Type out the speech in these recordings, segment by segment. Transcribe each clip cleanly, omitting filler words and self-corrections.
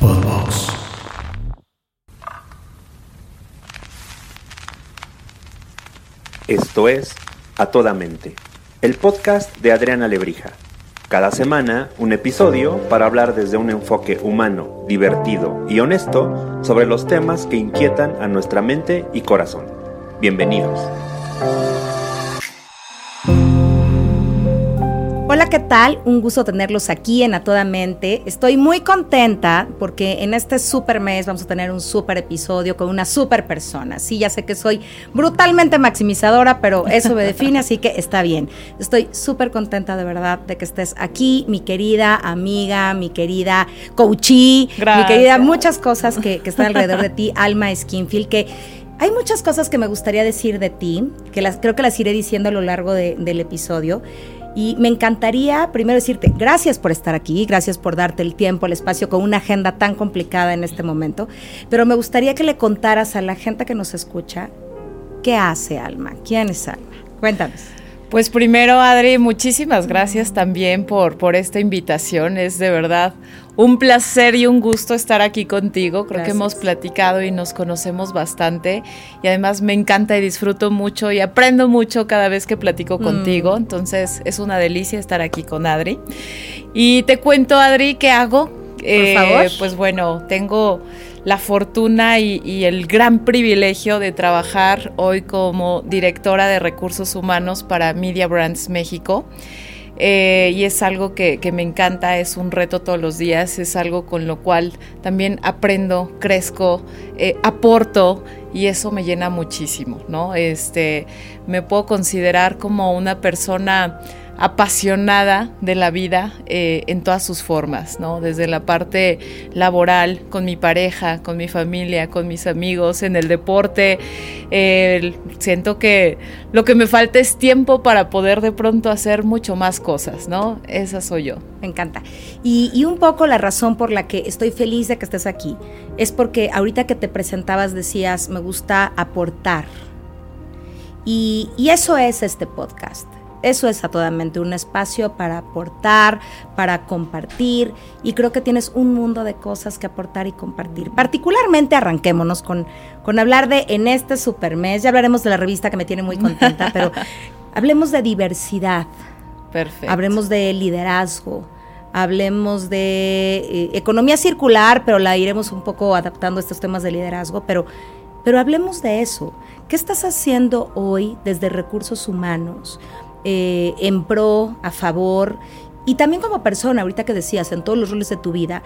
Podbox. Esto es A Toda Mente, el podcast de Adriana Lebrija. Cada semana, un episodio para hablar desde un enfoque humano, divertido y honesto sobre los temas que inquietan a nuestra mente y corazón. Bienvenidos. Hola, ¿qué tal? Un gusto tenerlos aquí en A Toda Mente. Estoy muy contenta porque en este super mes vamos a tener un super episodio con una super persona. Sí, ya sé que soy brutalmente maximizadora, pero eso me define, así que está bien. Estoy súper contenta de verdad de que estés aquí, mi querida amiga, mi querida coachee, mi querida muchas cosas que están alrededor de ti, Alma Skinfield, que hay muchas cosas que me gustaría decir de ti, que creo que las iré diciendo a lo largo del episodio. Y me encantaría primero decirte gracias por estar aquí, gracias por darte el tiempo, el espacio con una agenda tan complicada en este momento, pero me gustaría que le contaras a la gente que nos escucha qué hace Alma, quién es Alma. Cuéntanos. Pues primero, Adri, muchísimas gracias también por esta invitación. Es de verdad un placer y un gusto estar aquí contigo. Creo que hemos platicado y nos conocemos bastante. Y además me encanta y disfruto mucho y aprendo mucho cada vez que platico contigo. Entonces es una delicia estar aquí con Adri. Y te cuento, Adri, ¿qué hago? Por favor. Pues bueno, tengo la fortuna y el gran privilegio de trabajar hoy como directora de recursos humanos para Media Brands México. Y es algo que me encanta, es un reto todos los días, es algo con lo cual también aprendo, crezco, aporto, y eso me llena muchísimo, ¿no? Me puedo considerar como una persona apasionada de la vida en todas sus formas, ¿no? Desde la parte laboral, con mi pareja, con mi familia, con mis amigos, en el deporte. Siento que lo que me falta es tiempo para poder de pronto hacer mucho más cosas, ¿no? Esa soy yo. Me encanta. Y un poco la razón por la que estoy feliz de que estés aquí es porque ahorita que te presentabas decías, me gusta aportar. Y eso es este podcast. Eso es A Toda Mente, un espacio para aportar, para compartir, y creo que tienes un mundo de cosas que aportar y compartir. Particularmente arranquémonos con hablar de, en este supermes, ya hablaremos de la revista que me tiene muy contenta, pero hablemos de diversidad. Perfecto. Hablemos de liderazgo, hablemos de economía circular, pero la iremos un poco adaptando a estos temas de liderazgo, pero hablemos de eso. ¿Qué estás haciendo hoy desde recursos humanos? En pro, a favor, y también como persona, ahorita que decías, en todos los roles de tu vida,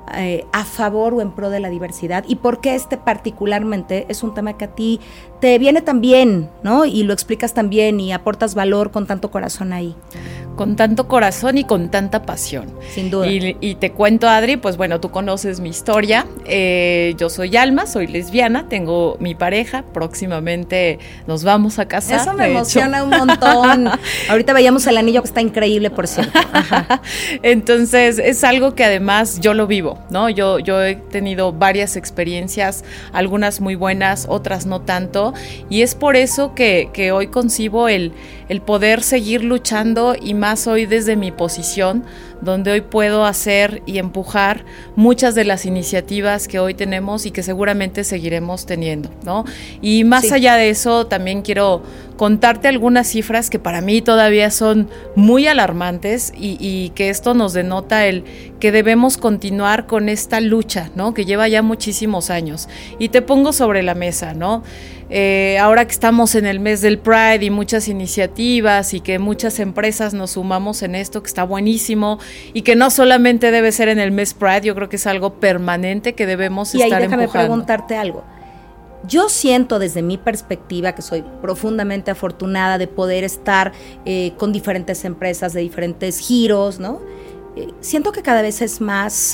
a favor o en pro de la diversidad, y por qué particularmente es un tema que a ti te viene tan bien, ¿no? Y lo explicas tan bien y aportas valor con tanto corazón ahí. Con tanto corazón y con tanta pasión. Sin duda. Y te cuento, Adri, pues bueno, tú conoces mi historia. Yo soy Alma, soy lesbiana, tengo mi pareja, próximamente nos vamos a casar. Eso me emociona un montón. Ahorita veíamos el anillo que está increíble, por cierto. Ajá. Entonces, es algo que además yo lo vivo, ¿no? Yo he tenido varias experiencias, algunas muy buenas, otras no tanto, y es por eso que hoy concibo el poder seguir luchando, y más hoy desde mi posición, donde hoy puedo hacer y empujar muchas de las iniciativas que hoy tenemos y que seguramente seguiremos teniendo, ¿no? Y más allá de eso, también quiero contarte algunas cifras que para mí todavía son muy alarmantes, y que esto nos denota el que debemos continuar con esta lucha, ¿no? Que lleva ya muchísimos años. Y te pongo sobre la mesa, ¿no? Ahora que estamos en el mes del Pride y muchas iniciativas y que muchas empresas nos sumamos en esto, que está buenísimo, y que no solamente debe ser en el mes Pride, yo creo que es algo permanente que debemos estar empujando. Y ahí déjame preguntarte algo. Yo siento desde mi perspectiva que soy profundamente afortunada de poder estar con diferentes empresas de diferentes giros, ¿no? Siento que cada vez es más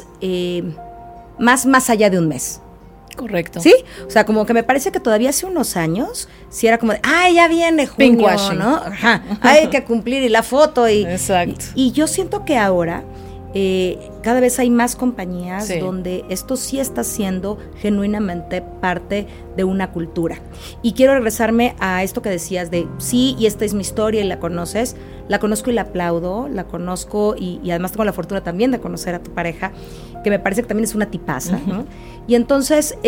allá de un mes. Correcto. ¿Sí? O sea, como que me parece que todavía hace unos años, sí era como de, ya viene junio, pinkwashing, ¿no? Ajá, hay que cumplir, y la foto, y... Exacto. Y yo siento que ahora cada vez hay más compañías Sí. donde esto sí está siendo genuinamente parte de una cultura. Y quiero regresarme a esto que decías de sí, y esta es mi historia y la conoces. La conozco y la aplaudo, la conozco y además tengo la fortuna también de conocer a tu pareja, que me parece que también es una tipaza, Uh-huh. ¿no? Y entonces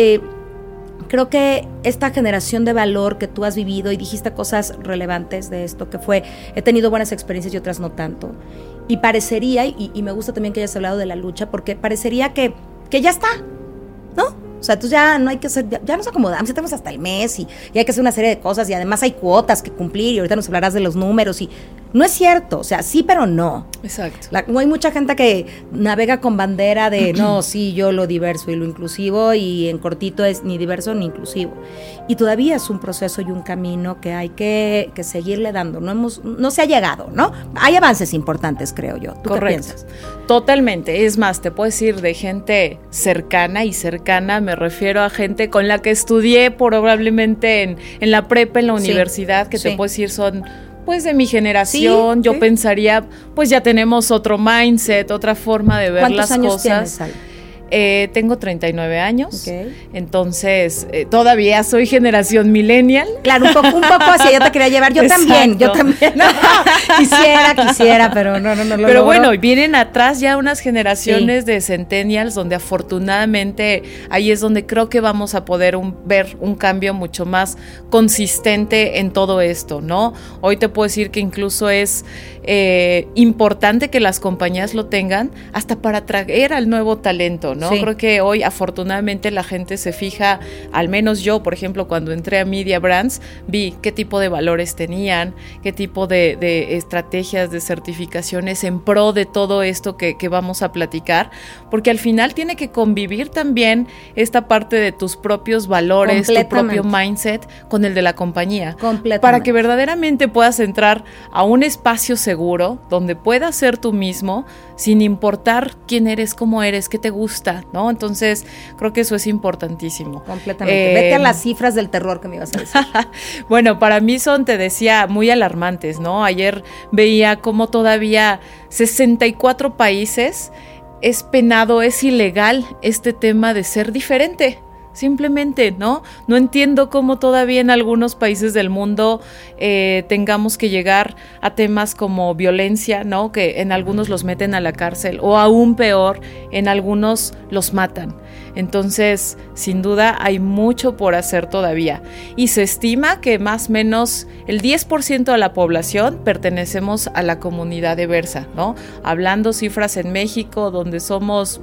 creo que esta generación de valor que tú has vivido, y dijiste cosas relevantes de esto, que fue, he tenido buenas experiencias y otras no tanto, y parecería, y me gusta también que hayas hablado de la lucha, porque parecería que ya está, ¿no? O sea, entonces ya no hay que hacer, ya nos acomodamos, ya tenemos hasta el mes y hay que hacer una serie de cosas y además hay cuotas que cumplir y ahorita nos hablarás de los números y no es cierto, o sea, sí pero no. Exacto. Hay mucha gente que navega con bandera de no, sí, yo lo diverso y lo inclusivo y en cortito es ni diverso ni inclusivo. Y todavía es un proceso y un camino que hay que seguirle dando, no se ha llegado, ¿no? Hay avances importantes, creo yo. ¿Tú Correcto. qué piensas? Totalmente, es más, te puedo decir de gente cercana, y cercana me refiero a gente con la que estudié probablemente en la prepa, en la universidad, que te puedo decir son pues de mi generación. Sí, yo sí. pensaría, pues ya tenemos otro mindset, otra forma de ver las ¿Cuántos años cosas. tienes, Ale? Tengo 39 años, Okay. Entonces todavía soy generación millennial. Claro, un poco hacia allá te quería llevar. Yo también. No, quisiera, pero no lo Pero logro. bueno, vienen atrás ya unas generaciones de centennials donde afortunadamente ahí es donde creo que vamos a poder ver un cambio mucho más consistente en todo esto, ¿no? Hoy te puedo decir que incluso es importante que las compañías lo tengan hasta para atraer al nuevo talento, ¿no? Sí. Creo que hoy afortunadamente la gente se fija, al menos yo, por ejemplo, cuando entré a Media Brands, vi qué tipo de valores tenían, qué tipo de estrategias, de certificaciones en pro de todo esto que vamos a platicar, porque al final tiene que convivir también esta parte de tus propios valores, tu propio mindset con el de la compañía, para que verdaderamente puedas entrar a un espacio seguro donde puedas ser tú mismo sin importar quién eres, cómo eres, qué te gusta, ¿no? Entonces creo que eso es importantísimo. Completamente. Vete a las cifras del terror que me ibas a decir. Bueno, para mí son, te decía, muy alarmantes, ¿no? Ayer veía cómo todavía 64 países es penado, es ilegal este tema de ser diferente. Simplemente, ¿no? No entiendo cómo todavía en algunos países del mundo tengamos que llegar a temas como violencia, ¿no? Que en algunos los meten a la cárcel o aún peor, en algunos los matan. Entonces, sin duda, hay mucho por hacer todavía. Y se estima que más o menos el 10% de la población pertenecemos a la comunidad diversa, ¿no? Hablando cifras en México, donde somos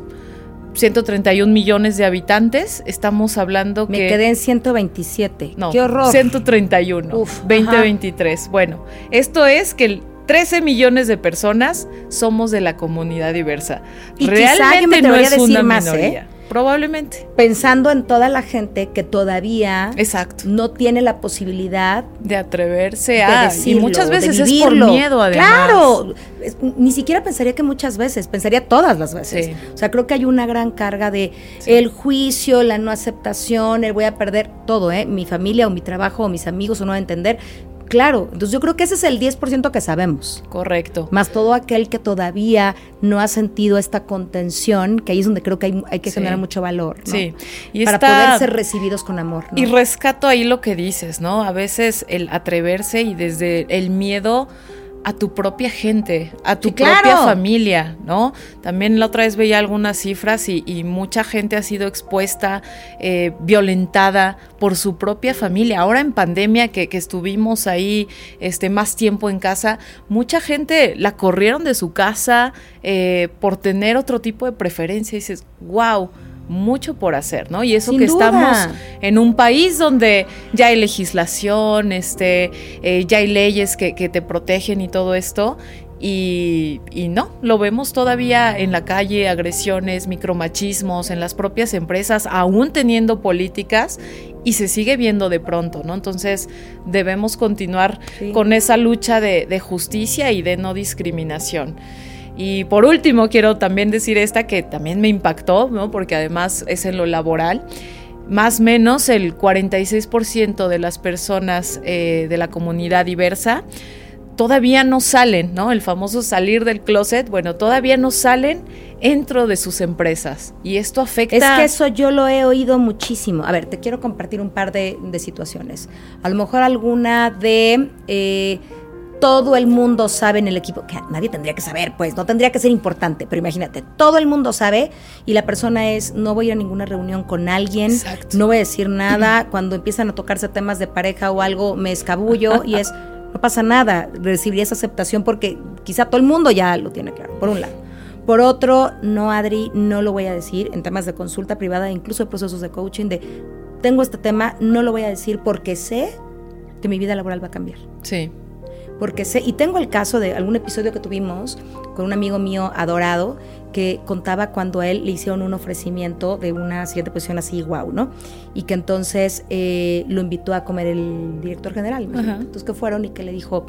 131 millones de habitantes, estamos hablando Me que... Me quedé en 127. No, ¡qué horror! 131, 2023. Ajá. Bueno, esto es que 13 millones de personas somos de la comunidad diversa. Y realmente no es una más, minoría. Probablemente. Pensando en toda la gente que todavía no tiene la posibilidad de atreverse a decirlo, y muchas veces es por miedo, además. Claro, ni siquiera pensaría que muchas veces, pensaría todas las veces. Sí. O sea, creo que hay una gran carga de el juicio, la no aceptación, el voy a perder todo, mi familia o mi trabajo o mis amigos o no va a entender. Claro, entonces yo creo que ese es el 10% que sabemos. Correcto. Más todo aquel que todavía no ha sentido esta contención, que ahí es donde creo que hay que generar mucho valor, ¿no? Sí. Y para poder ser recibidos con amor, ¿no? Y rescato ahí lo que dices, ¿no? A veces el atreverse y desde el miedo a tu propia gente, a tu propia familia, ¿no? También la otra vez veía algunas cifras y mucha gente ha sido expuesta, violentada por su propia familia. Ahora en pandemia que estuvimos ahí más tiempo en casa, mucha gente la corrieron de su casa por tener otro tipo de preferencia y dices, wow, mucho por hacer, ¿no? Y eso Sin que duda. estamos en un país donde ya hay legislación, ya hay leyes que te protegen y todo esto, y no, lo vemos todavía en la calle, agresiones, micromachismos, en las propias empresas, aún teniendo políticas, y se sigue viendo de pronto, ¿no? Entonces debemos continuar con esa lucha de justicia y de no discriminación. Y por último, quiero también decir esta que también me impactó, ¿no? Porque además es en lo laboral. Más o menos el 46% de las personas de la comunidad diversa todavía no salen, ¿no? El famoso salir del closet, bueno, todavía no salen dentro de sus empresas y esto afecta. Es que eso yo lo he oído muchísimo. A ver, te quiero compartir un par de situaciones. A lo mejor alguna de todo el mundo sabe en el equipo, que nadie tendría que saber, pues, no tendría que ser importante, pero imagínate, todo el mundo sabe y la persona es, no voy a ir a ninguna reunión con alguien, exacto, no voy a decir nada, cuando empiezan a tocarse temas de pareja o algo, me escabullo y es, no pasa nada, recibir esa aceptación porque quizá todo el mundo ya lo tiene claro, por un lado. Por otro, no, Adri, no lo voy a decir en temas de consulta privada, incluso de procesos de coaching, de tengo este tema, no lo voy a decir porque sé que mi vida laboral va a cambiar. Sí. Porque sé, y tengo el caso de algún episodio que tuvimos con un amigo mío adorado que contaba cuando a él le hicieron un ofrecimiento de una siguiente posición así, guau, ¿no? Y que entonces lo invitó a comer el director general. Entonces que fueron y que le dijo,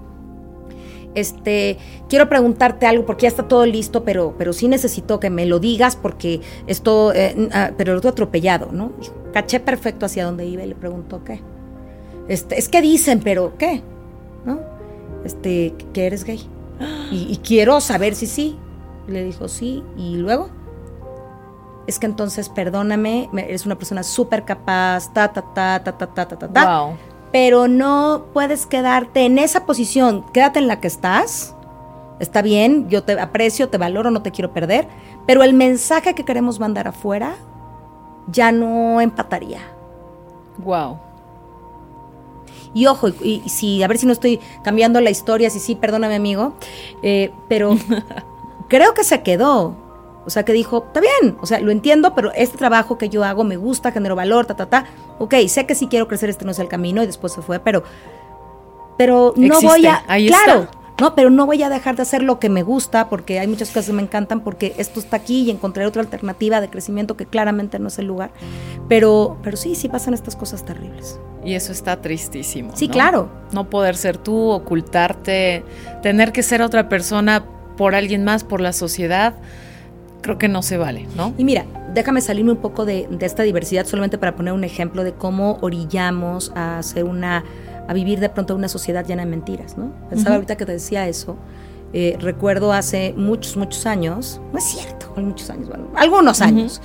quiero preguntarte algo porque ya está todo listo, pero sí necesito que me lo digas porque esto, pero lo tuve atropellado, ¿no? Dijo, caché perfecto hacia dónde iba y le preguntó, ¿qué? Es que dicen, pero ¿qué? ¿No? Que eres gay y quiero saber si sí. Le dijo sí, y luego es que entonces perdóname, eres una persona súper capaz, wow, pero no puedes quedarte en esa posición, quédate en la que estás, está bien, yo te aprecio, te valoro, no te quiero perder, pero el mensaje que queremos mandar afuera ya no empataría. Wow. Y ojo, y si, a ver si no estoy cambiando la historia, sí, perdóname amigo, pero creo que se quedó, o sea que dijo, está bien, o sea, lo entiendo, pero este trabajo que yo hago me gusta, genero valor, ok, sé que sí quiero crecer, este no es el camino, y después se fue, pero no existe, voy a, ahí claro, está. No, pero no voy a dejar de hacer lo que me gusta, porque hay muchas cosas que me encantan, porque esto está aquí y encontraré otra alternativa de crecimiento que claramente no es el lugar. Pero sí pasan estas cosas terribles. Y eso está tristísimo. Sí, ¿no? Claro. No poder ser tú, ocultarte, tener que ser otra persona por alguien más, por la sociedad, creo que no se vale, ¿no? Y mira, déjame salirme un poco de esta diversidad solamente para poner un ejemplo de cómo orillamos a hacer a vivir de pronto una sociedad llena de mentiras, ¿no? Pensaba ahorita que te decía eso, recuerdo hace muchos años, no es cierto, muchos años, bueno, algunos años,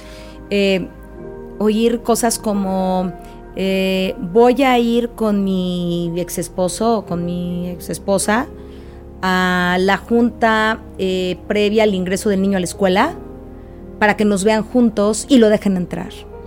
oír cosas como, voy a ir con mi ex esposo o con mi ex esposa a la junta previa al ingreso del niño a la escuela para que nos vean juntos y lo dejen entrar.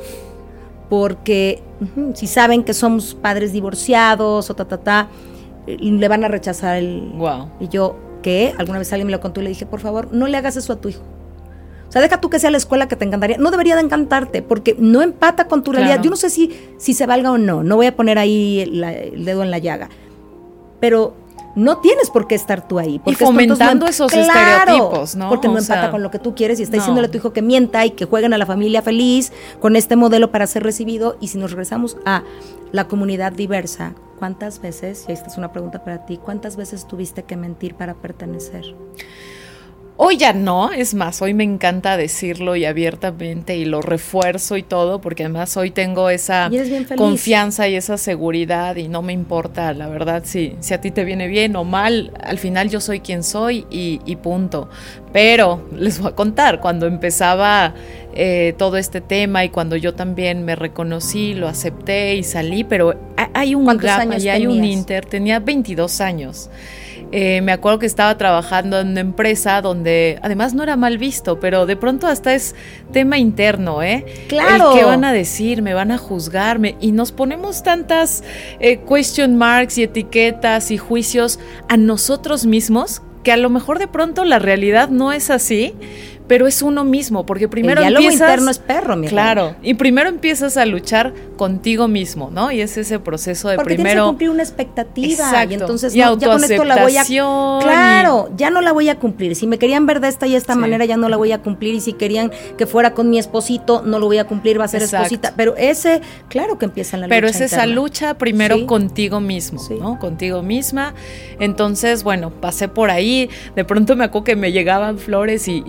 Porque si saben que somos padres divorciados o le van a rechazar el... Wow. Y yo, ¿qué? Alguna vez alguien me lo contó y le dije, por favor, no le hagas eso a tu hijo. O sea, deja tú que sea la escuela que te encantaría. No debería de encantarte, porque no empata con tu realidad. Yo no sé si se valga o no. No voy a poner ahí el dedo en la llaga. Pero no tienes por qué estar tú ahí. Y fomentando esos estereotipos, ¿no? Porque no empata con lo que tú quieres y está diciéndole a tu hijo que mienta y que jueguen a la familia feliz con este modelo para ser recibido. Y si nos regresamos a la comunidad diversa, ¿cuántas veces, y esta es una pregunta para ti, cuántas veces tuviste que mentir para pertenecer? Hoy ya no, es más, hoy me encanta decirlo y abiertamente y lo refuerzo y todo, porque además hoy tengo esa confianza y esa seguridad y no me importa, la verdad, si a ti te viene bien o mal, al final yo soy quien soy y punto. Pero les voy a contar, cuando empezaba todo este tema y cuando yo también me reconocí, lo acepté y salí, pero hay un gap y hay un inter, tenía 22 años. Me acuerdo que estaba trabajando en una empresa donde además no era mal visto, pero de pronto hasta es tema interno, Claro. ¿Qué van a decir? ¿Me van a juzgar? Y nos ponemos tantas question marks y etiquetas y juicios a nosotros mismos que a lo mejor de pronto la realidad no es así, pero es uno mismo, porque primero el diálogo interno es perro, mi claro, reina. Y primero empiezas a luchar contigo mismo, ¿no? Y es ese proceso de porque primero... tienes que cumplir una expectativa. Exacto. Y entonces y ya con esto la voy a... Claro, y... ya no la voy a cumplir. Si me querían ver de esta y esta manera, ya no la voy a cumplir. Y si querían que fuera con mi esposito, no lo voy a cumplir, va a ser esposita. Pero claro que empieza en la lucha Pero es interna. esa lucha primero contigo mismo, ¿no? Contigo misma. Entonces, bueno, pasé por ahí. De pronto me acuerdo que me llegaban flores y yo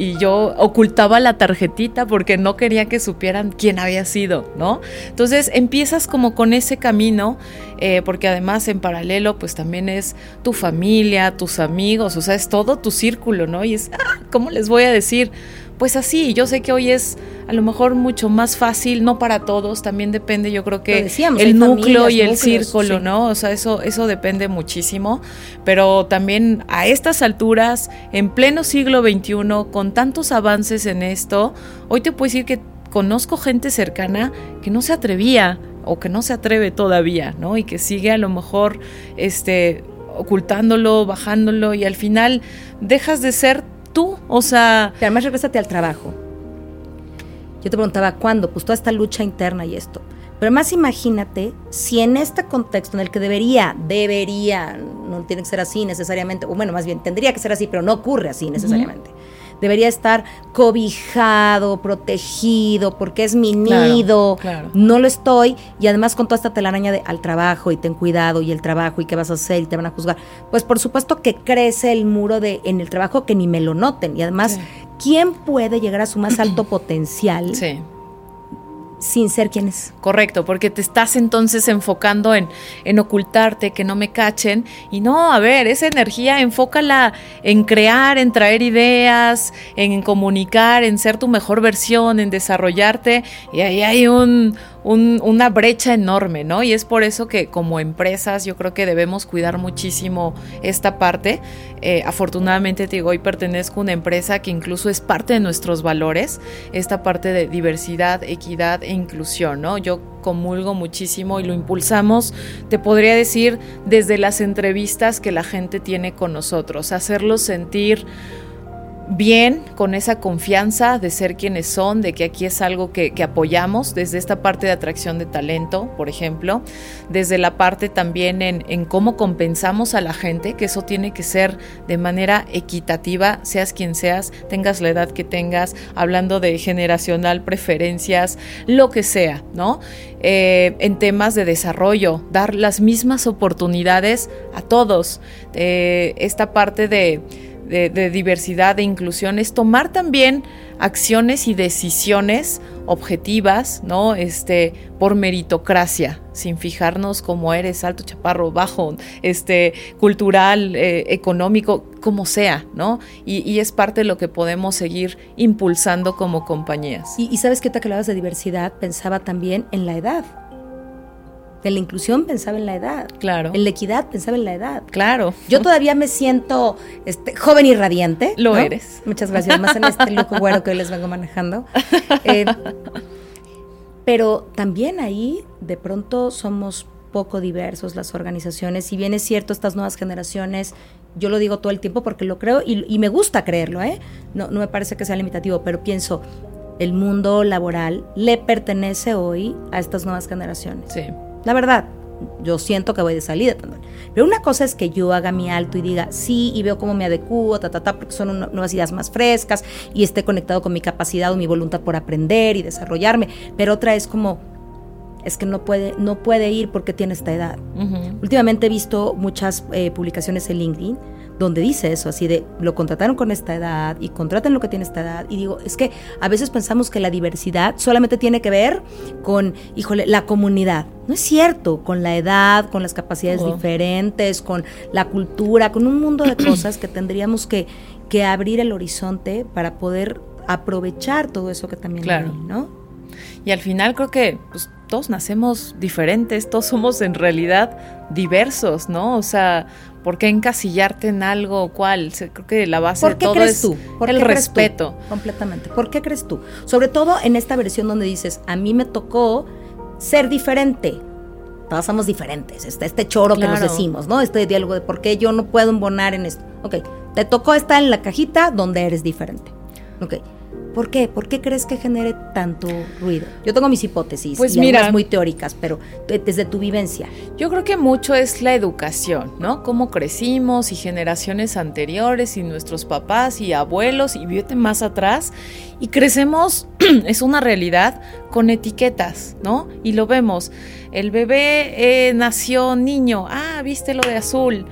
ocultaba la tarjetita porque no quería que supieran quién había sido, ¿no? Entonces empiezas como con ese camino, porque además en paralelo pues también es tu familia, tus amigos, o sea, es todo tu círculo, ¿no? Y es, ¿cómo les voy a decir? Pues así, yo sé que hoy es a lo mejor mucho más fácil, no para todos, también depende, yo creo que el núcleo y el círculo, sí, ¿no? O sea, eso depende muchísimo, pero también a estas alturas, en pleno siglo XXI, con tantos avances en esto, hoy te puedo decir que conozco gente cercana que no se atrevía o que no se atreve todavía, ¿no? Y que sigue a lo mejor ocultándolo, bajándolo, y al final dejas de ser tú, o sea... Y además regrésate al trabajo. Yo te preguntaba, ¿cuándo? Pues toda esta lucha interna y esto. Pero más imagínate si en este contexto en el que debería, no tiene que ser así necesariamente, o bueno, más bien tendría que ser así, pero no ocurre así necesariamente. Debería estar cobijado, protegido, porque es mi nido. Claro. No lo estoy, y además con toda esta telaraña de al trabajo, y ten cuidado, y el trabajo, y qué vas a hacer, y te van a juzgar. Pues por supuesto que crece el muro en el trabajo que ni me lo noten. Y además, ¿quién puede llegar a su más alto potencial? Sí. Sin ser quien es. Correcto, porque te estás entonces enfocando en ocultarte, que no me cachen, y no, a ver, esa energía enfócala en crear, en traer ideas, en comunicar, en ser tu mejor versión, en desarrollarte, y ahí hay una brecha enorme, ¿no? Y es por eso que como empresas yo creo que debemos cuidar muchísimo esta parte. Afortunadamente, te digo, hoy pertenezco a una empresa que incluso es parte de nuestros valores, esta parte de diversidad, equidad e inclusión, ¿no? Yo comulgo muchísimo y lo impulsamos, te podría decir, desde las entrevistas que la gente tiene con nosotros, hacerlos sentir bien, con esa confianza de ser quienes son, de que aquí es algo que apoyamos, desde esta parte de atracción de talento, por ejemplo, desde la parte también en cómo compensamos a la gente, que eso tiene que ser de manera equitativa, seas quien seas, tengas la edad que tengas, hablando de generacional, preferencias, lo que sea, ¿no? En temas de desarrollo, dar las mismas oportunidades a todos, esta parte de diversidad, de inclusión, es tomar también acciones y decisiones objetivas, ¿no? Por meritocracia, sin fijarnos cómo eres, alto, chaparro, bajo, cultural, económico, como sea, ¿no? Y es parte de lo que podemos seguir impulsando como compañías. Y sabes que ahorita que hablabas de diversidad, pensaba también en la edad. En la inclusión pensaba en la edad. Claro. En la equidad pensaba en la edad. Claro. Yo todavía me siento joven y radiante. Lo ¿no? eres. Muchas gracias. Más en este look güero que hoy les vengo manejando. Pero también ahí de pronto somos poco diversos las organizaciones. Si bien es cierto, estas nuevas generaciones, yo lo digo todo el tiempo porque lo creo y me gusta creerlo, ¿eh? No me parece que sea limitativo, pero pienso, el mundo laboral le pertenece hoy a estas nuevas generaciones. Sí. La verdad, yo siento que voy de salida también. Pero una cosa es que yo haga mi alto y diga sí, y veo cómo me adecuo, porque son nuevas ideas más frescas y esté conectado con mi capacidad o mi voluntad por aprender y desarrollarme. Pero otra es como, es que no puede ir porque tiene esta edad. Uh-huh. Últimamente he visto muchas publicaciones en LinkedIn donde dice eso, así de, lo contrataron con esta edad y contraten lo que tiene esta edad. Y digo, es que a veces pensamos que la diversidad solamente tiene que ver con, la comunidad. No es cierto, con la edad, con las capacidades diferentes, con la cultura, con un mundo de cosas que tendríamos que abrir el horizonte para poder aprovechar todo eso que también hay, ¿no? Y al final creo que pues, todos nacemos diferentes, todos somos en realidad diversos, ¿no? O sea, ¿por qué encasillarte en algo o cual? Creo que la base de todo es el respeto. Completamente. ¿Por qué crees tú? Sobre todo en esta versión donde dices, a mí me tocó ser diferente. Todos somos diferentes. Este choro que nos decimos, ¿no? Este diálogo de por qué yo no puedo embonar en esto. Ok, te tocó estar en la cajita donde eres diferente. Ok. ¿Por qué? ¿Por qué crees que genere tanto ruido? Yo tengo mis hipótesis, pues y mira, muy teóricas, pero desde tu vivencia. Yo creo que mucho es la educación, ¿no? Cómo crecimos y generaciones anteriores y nuestros papás y abuelos y vete más atrás y crecemos, es una realidad, con etiquetas, ¿no? Y lo vemos. El bebé nació niño, vístelo de azul.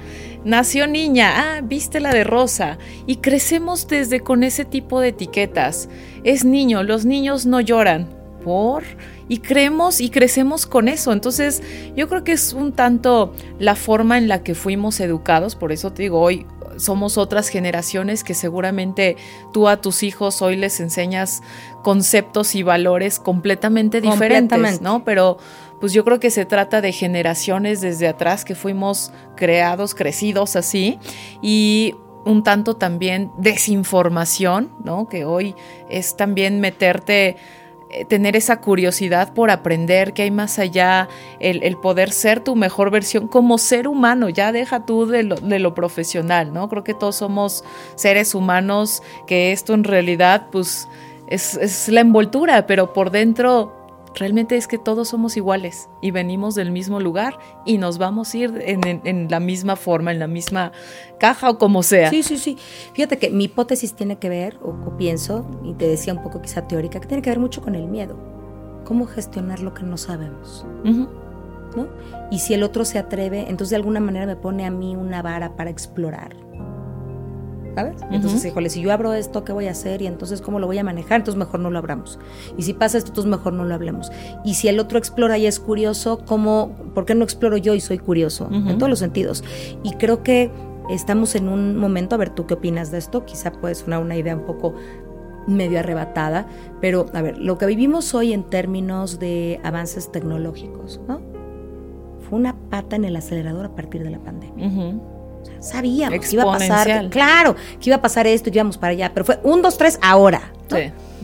nació niña, vístela de rosa, y crecemos desde con ese tipo de etiquetas. Es niño, los niños no lloran, y crecemos con eso. Entonces yo creo que es un tanto la forma en la que fuimos educados. Por eso te digo, hoy somos otras generaciones que seguramente tú a tus hijos hoy les enseñas conceptos y valores completamente diferentes, ¿no? Pero pues yo creo que se trata de generaciones desde atrás que fuimos crecidos así, y un tanto también desinformación, ¿no? Que hoy es también tener esa curiosidad por aprender que hay más allá, el poder ser tu mejor versión como ser humano. Ya deja tú de lo profesional, ¿no? Creo que todos somos seres humanos, que esto en realidad pues es la envoltura, pero por dentro realmente es que todos somos iguales y venimos del mismo lugar y nos vamos a ir en la misma forma, en la misma caja o como sea. Sí. Fíjate que mi hipótesis tiene que ver, o pienso, y te decía un poco quizá teórica, que tiene que ver mucho con el miedo. ¿Cómo gestionar lo que no sabemos? Uh-huh. ¿No? Y si el otro se atreve, entonces de alguna manera me pone a mí una vara para explorar. ¿Sabes? Entonces, híjole, si yo abro esto, ¿qué voy a hacer? Y entonces, ¿cómo lo voy a manejar? Entonces, mejor no lo abramos. Y si pasa esto, entonces mejor no lo hablemos. Y si el otro explora y es curioso, ¿por qué no exploro yo y soy curioso? Uh-huh. En todos los sentidos. Y creo que estamos en un momento, a ver, ¿tú qué opinas de esto? Quizá puede sonar una idea un poco medio arrebatada, pero, a ver, lo que vivimos hoy en términos de avances tecnológicos, ¿no? Fue una pata en el acelerador a partir de la pandemia. Uh-huh. O sea, sabíamos que iba a pasar, claro, que iba a pasar esto y que íbamos para allá, pero fue 1, 2, 3 ahora, ¿no?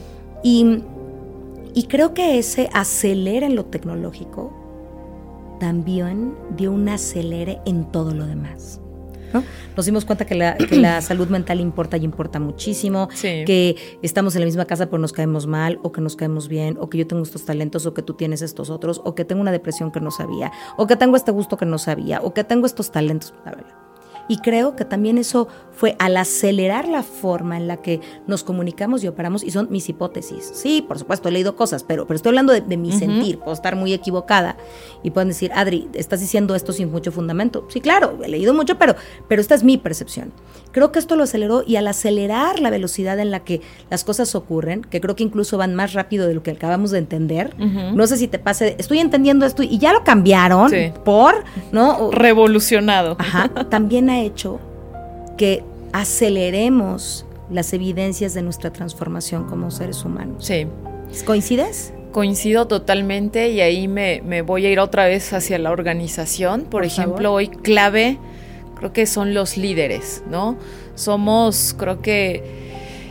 Sí. Y creo que ese acelere en lo tecnológico también dio un acelere en todo lo demás, ¿no? Nos dimos cuenta que la salud mental importa y importa muchísimo, sí. Que estamos en la misma casa pero nos caemos mal, o que nos caemos bien, o que yo tengo estos talentos, o que tú tienes estos otros, o que tengo una depresión que no sabía, o que tengo este gusto que no sabía, o que tengo estos talentos, bla, bla, bla. Y creo que también eso fue al acelerar la forma en la que nos comunicamos y operamos, y son mis hipótesis. Sí, por supuesto, he leído cosas, pero estoy hablando de mi sentir. Puedo estar muy equivocada y pueden decir, Adri, ¿estás diciendo esto sin mucho fundamento? Sí, claro, he leído mucho, pero esta es mi percepción. Creo que esto lo aceleró, y al acelerar la velocidad en la que las cosas ocurren, que creo que incluso van más rápido de lo que acabamos de entender, no sé si te pase, estoy entendiendo esto y ya lo cambiaron, sí, ¿no? Revolucionado. Ajá, también ha hecho que aceleremos las evidencias de nuestra transformación como seres humanos. Sí. ¿Coincides? Coincido totalmente, y ahí me voy a ir otra vez hacia la organización. Por ejemplo, hoy clave creo que son los líderes, ¿no? Somos, creo que,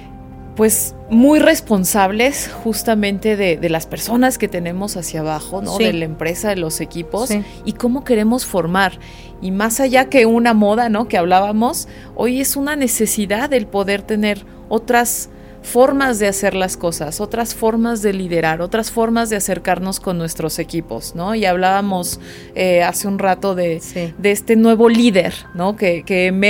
pues, muy responsables justamente de las personas que tenemos hacia abajo, ¿no? Sí. De la empresa, de los equipos, sí, y cómo queremos formar. Y más allá que una moda, ¿no? Que hablábamos, hoy es una necesidad el poder tener otras formas de hacer las cosas, otras formas de liderar, otras formas de acercarnos con nuestros equipos, ¿no? Y hablábamos hace un rato de este nuevo líder, ¿no? Que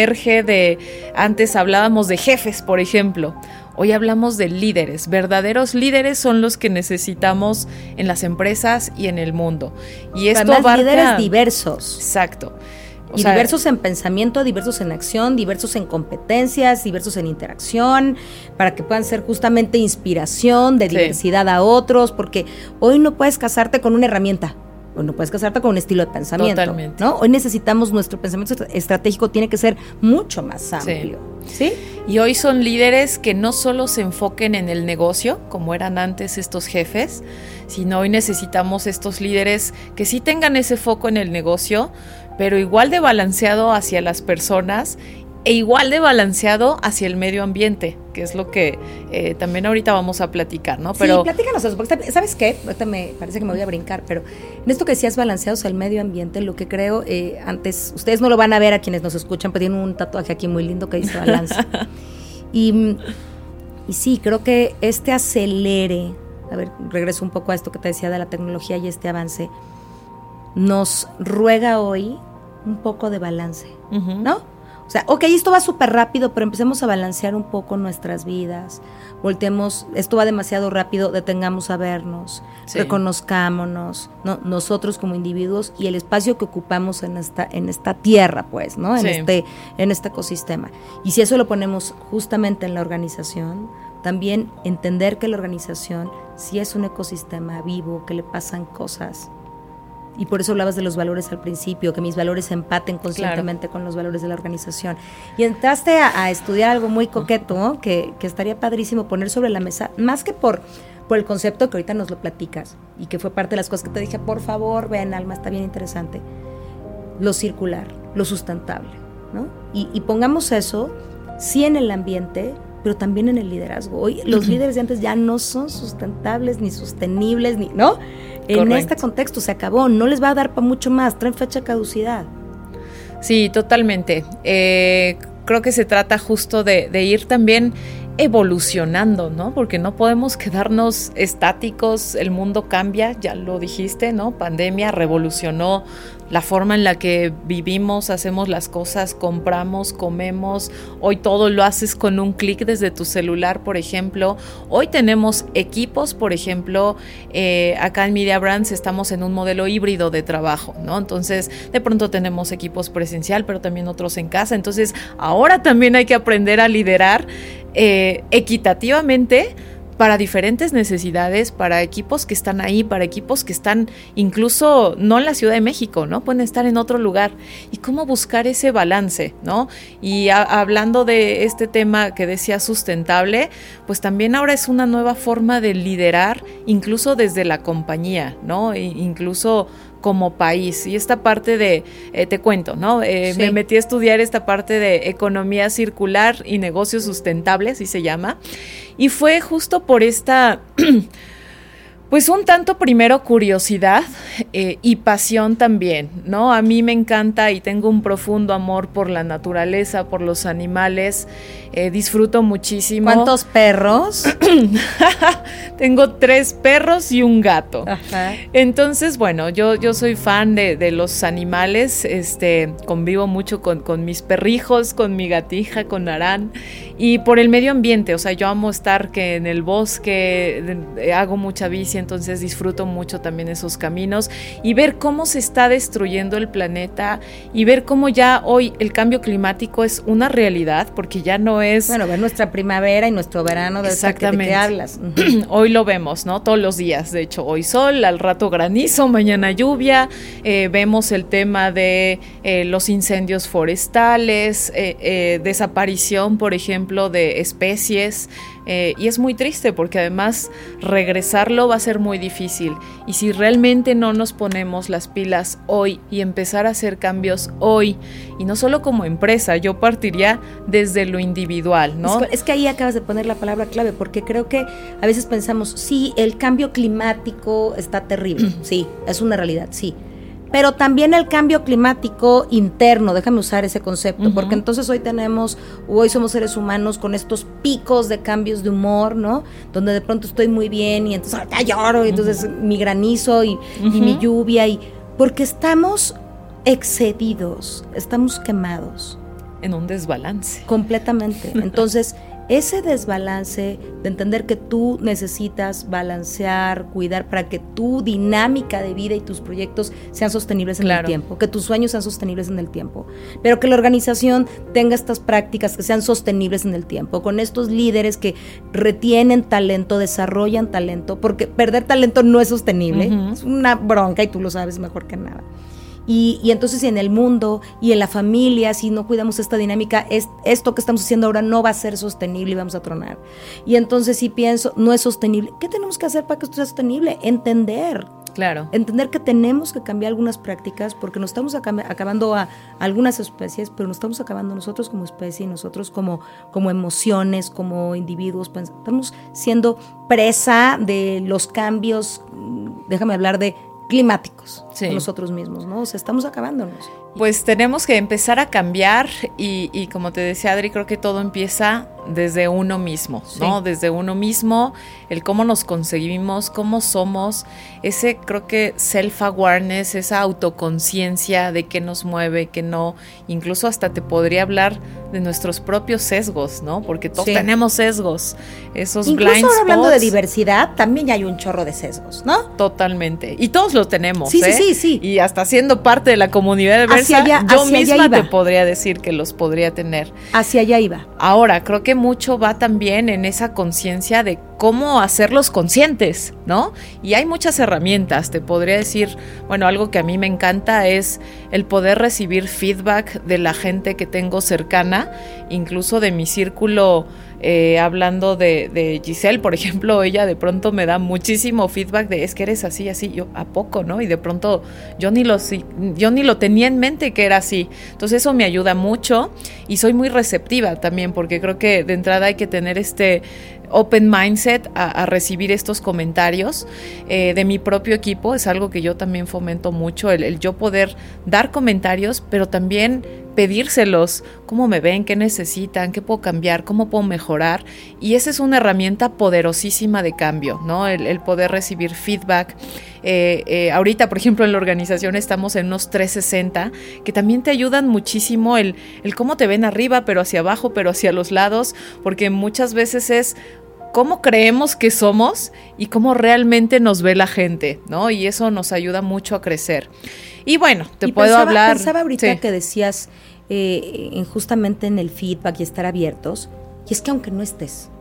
emerge antes hablábamos de jefes, por ejemplo. Hoy hablamos de líderes. Verdaderos líderes son los que necesitamos en las empresas y en el mundo. Y esto abarca líderes diversos. Exacto. Y diversos en pensamiento, diversos en acción, diversos en competencias, diversos en interacción, para que puedan ser justamente inspiración de diversidad a otros, porque hoy no puedes casarte con una herramienta, o no puedes casarte con un estilo de pensamiento. Totalmente. ¿No? Hoy necesitamos, nuestro pensamiento estratégico tiene que ser mucho más amplio. ¿Sí? Y hoy son líderes que no solo se enfoquen en el negocio, como eran antes estos jefes, sino hoy necesitamos estos líderes que sí tengan ese foco en el negocio, pero igual de balanceado hacia las personas e igual de balanceado hacia el medio ambiente, que es lo que también ahorita vamos a platicar, ¿no? Pero, sí, platícanos eso, porque ¿sabes qué? Ahorita me parece que me voy a brincar, pero en esto que decías balanceados al medio ambiente, lo que creo, antes, ustedes no lo van a ver a quienes nos escuchan, pero tienen un tatuaje aquí muy lindo que dice balance. y sí, creo que este acelere, a ver, regreso un poco a esto que te decía de la tecnología y este avance, nos ruega hoy un poco de balance, ¿no? O sea, ok, esto va súper rápido, pero empecemos a balancear un poco nuestras vidas. Volteemos, esto va demasiado rápido, detengamos a vernos, reconozcámonos, ¿no? Nosotros como individuos y el espacio que ocupamos en esta tierra, pues, ¿no? En este ecosistema. Y si eso lo ponemos justamente en la organización, también entender que la organización sí es un ecosistema vivo, que le pasan cosas. Y por eso hablabas de los valores al principio, que mis valores empaten conscientemente con los valores de la organización. Y entraste a estudiar algo muy coqueto, ¿no? que estaría padrísimo poner sobre la mesa, más que por el concepto que ahorita nos lo platicas, y que fue parte de las cosas que te dije, por favor, vean, Alma, está bien interesante. Lo circular, lo sustentable, ¿no? Y pongamos eso, sí en el ambiente, pero también en el liderazgo. Hoy los líderes de antes ya no son sustentables, ni sostenibles, ni, ¿no? En Correcto. este contexto se acabó, no les va a dar para mucho más, traen fecha de caducidad. Sí, totalmente. Creo que se trata justo de ir también evolucionando, ¿no? Porque no podemos quedarnos estáticos, el mundo cambia, ya lo dijiste, ¿no? Pandemia revolucionó la forma en la que vivimos, hacemos las cosas, compramos, comemos. Hoy todo lo haces con un clic desde tu celular, por ejemplo. Hoy tenemos equipos, por ejemplo, acá en Media Brands estamos en un modelo híbrido de trabajo, ¿no? Entonces, de pronto tenemos equipos presencial, pero también otros en casa. Entonces, ahora también hay que aprender a liderar equitativamente para diferentes necesidades, para equipos que están ahí, para equipos que están incluso no en la Ciudad de México, ¿no? Pueden estar en otro lugar. Y cómo buscar ese balance, ¿no? Y hablando de este tema que decía sustentable, pues también ahora es una nueva forma de liderar, incluso desde la compañía, ¿no? Incluso como país. Y esta parte de, te cuento, ¿no? Me metí a estudiar esta parte de economía circular y negocios sustentables, así se llama. Y fue justo por esta, pues un tanto primero curiosidad y pasión también, ¿no? A mí me encanta y tengo un profundo amor por la naturaleza, por los animales, disfruto muchísimo. ¿Cuántos perros? Tengo 3 perros y un gato. Ajá. Entonces, bueno, yo soy fan de los animales, convivo mucho con mis perrijos, con mi gatija, con Arán, y por el medio ambiente, o sea, yo amo estar que en el bosque, hago mucha bici, entonces disfruto mucho también esos caminos y ver cómo se está destruyendo el planeta y ver cómo ya hoy el cambio climático es una realidad, porque ya no es... Bueno, ver nuestra primavera y nuestro verano, de qué hablas. Hoy lo vemos, ¿no? Todos los días, de hecho, hoy sol, al rato granizo, mañana lluvia, vemos el tema de los incendios forestales, desaparición, por ejemplo, de especies, y es muy triste porque además regresarlo va a ser muy difícil, y si realmente no nos ponemos las pilas hoy y empezar a hacer cambios hoy, y no solo como empresa, yo partiría desde lo individual, ¿no? Es que ahí acabas de poner la palabra clave, porque creo que a veces pensamos, sí, el cambio climático está terrible, sí, es una realidad, sí. Pero también el cambio climático interno, déjame usar ese concepto, porque entonces hoy somos seres humanos con estos picos de cambios de humor, ¿no? Donde de pronto estoy muy bien y entonces ahorita lloro, y entonces mi granizo y mi lluvia, porque estamos excedidos, estamos quemados. En un desbalance. Completamente. Entonces, ese desbalance de entender que tú necesitas balancear, cuidar para que tu dinámica de vida y tus proyectos sean sostenibles en el tiempo, que tus sueños sean sostenibles en el tiempo, pero que la organización tenga estas prácticas que sean sostenibles en el tiempo, con estos líderes que retienen talento, desarrollan talento, porque perder talento no es sostenible, es una bronca y tú lo sabes mejor que nada. Y entonces en el mundo y en la familia, si no cuidamos esta dinámica, esto que estamos haciendo ahora no va a ser sostenible y vamos a tronar. Y entonces si pienso, no es sostenible, ¿qué tenemos que hacer para que esto sea sostenible? Entender. Claro. Entender que tenemos que cambiar algunas prácticas porque nos estamos acabando a algunas especies, pero nos estamos acabando nosotros como especie, nosotros como emociones, como individuos. Estamos siendo presa de los cambios, déjame hablar de climáticos, nosotros mismos, ¿no? O sea, estamos acabándonos. Pues tenemos que empezar a cambiar y como te decía Adri, creo que todo empieza desde uno mismo, ¿no? Sí. Desde uno mismo, el cómo nos concebimos, cómo somos, ese creo que self-awareness, esa autoconciencia de qué nos mueve, qué no, incluso hasta te podría hablar de nuestros propios sesgos, ¿no? Porque todos tenemos sesgos, esos incluso blind spots. Hablando de diversidad, también hay un chorro de sesgos, ¿no? Totalmente, y todos los tenemos, sí, sí. Y hasta siendo parte de la comunidad diversa, yo misma te podría decir que los podría tener. Hacia allá iba. Ahora, creo que mucho va también en esa conciencia de cómo hacerlos conscientes, ¿no? Y hay muchas herramientas, te podría decir, bueno, algo que a mí me encanta es el poder recibir feedback de la gente que tengo cercana, incluso de mi círculo, hablando de Giselle, por ejemplo, ella de pronto me da muchísimo feedback de es que eres así, yo, ¿a poco, no? Y de pronto yo ni lo tenía en mente que era así. Entonces eso me ayuda mucho y soy muy receptiva también, porque creo que de entrada hay que tener este open mindset a recibir estos comentarios de mi propio equipo. Es algo que yo también fomento mucho, el yo poder dar comentarios, pero también pedírselos, cómo me ven, qué necesitan, qué puedo cambiar, cómo puedo mejorar, y esa es una herramienta poderosísima de cambio, ¿no? El poder recibir feedback. Ahorita, por ejemplo, en la organización estamos en unos 360 que también te ayudan muchísimo el cómo te ven arriba, pero hacia abajo, pero hacia los lados, porque muchas veces es cómo creemos que somos y cómo realmente nos ve la gente, ¿no? Y eso nos ayuda mucho a crecer. Y bueno, Pensaba ahorita que decías justamente en el feedback y estar abiertos, y es que aunque no estés,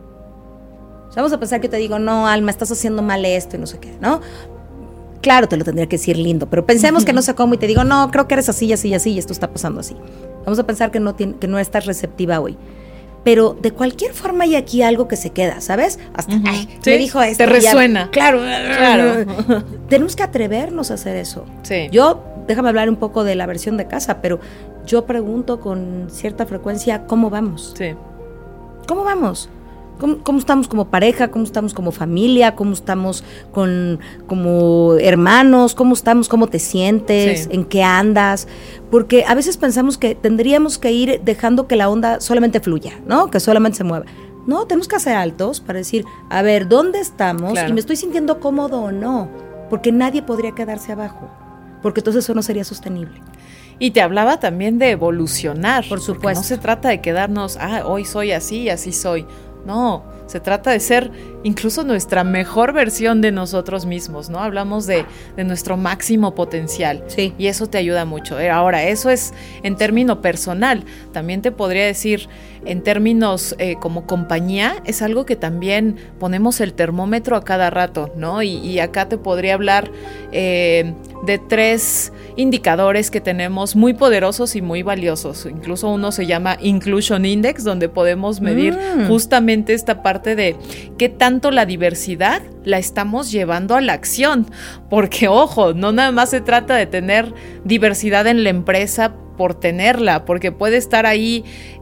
vamos a pensar que te digo, no, Alma, estás haciendo mal esto y no sé qué, ¿no? Claro, te lo tendría que decir lindo, pero pensemos que no sé cómo y te digo, no, creo que eres así, así, así, y esto está pasando así. Vamos a pensar que no estás receptiva hoy. Pero de cualquier forma hay aquí algo que se queda, ¿sabes? Hasta, me dijo esto. Te resuena. Claro. Tenemos que atrevernos a hacer eso. Sí. Déjame hablar un poco de la versión de casa, pero yo pregunto con cierta frecuencia, ¿cómo vamos? Sí. ¿Cómo vamos? ¿Cómo estamos como pareja? ¿Cómo estamos como familia? ¿Cómo estamos como hermanos? ¿Cómo estamos? ¿Cómo te sientes? Sí. ¿En qué andas? Porque a veces pensamos que tendríamos que ir dejando que la onda solamente fluya, ¿no? Que solamente se mueva. No, tenemos que hacer altos para decir, a ver, ¿dónde estamos? Claro. ¿Y me estoy sintiendo cómodo o no? Porque nadie podría quedarse abajo, porque entonces eso no sería sostenible. Y te hablaba también de evolucionar. Por supuesto. No se trata de quedarnos, hoy soy así y así soy. No, se trata de ser incluso nuestra mejor versión de nosotros mismos, ¿no? Hablamos de nuestro máximo potencial. Sí. Y eso te ayuda mucho. Ahora, eso es en término personal. También te podría decir, en términos como compañía, es algo que también ponemos el termómetro a cada rato, ¿no? Y acá te podría hablar de 3 indicadores que tenemos muy poderosos y muy valiosos. Incluso uno se llama Inclusion Index, donde podemos medir justamente esta parte de qué tanto la diversidad la estamos llevando a la acción. Porque, ojo, no nada más se trata de tener diversidad en la empresa por tenerla, porque puede estar ahí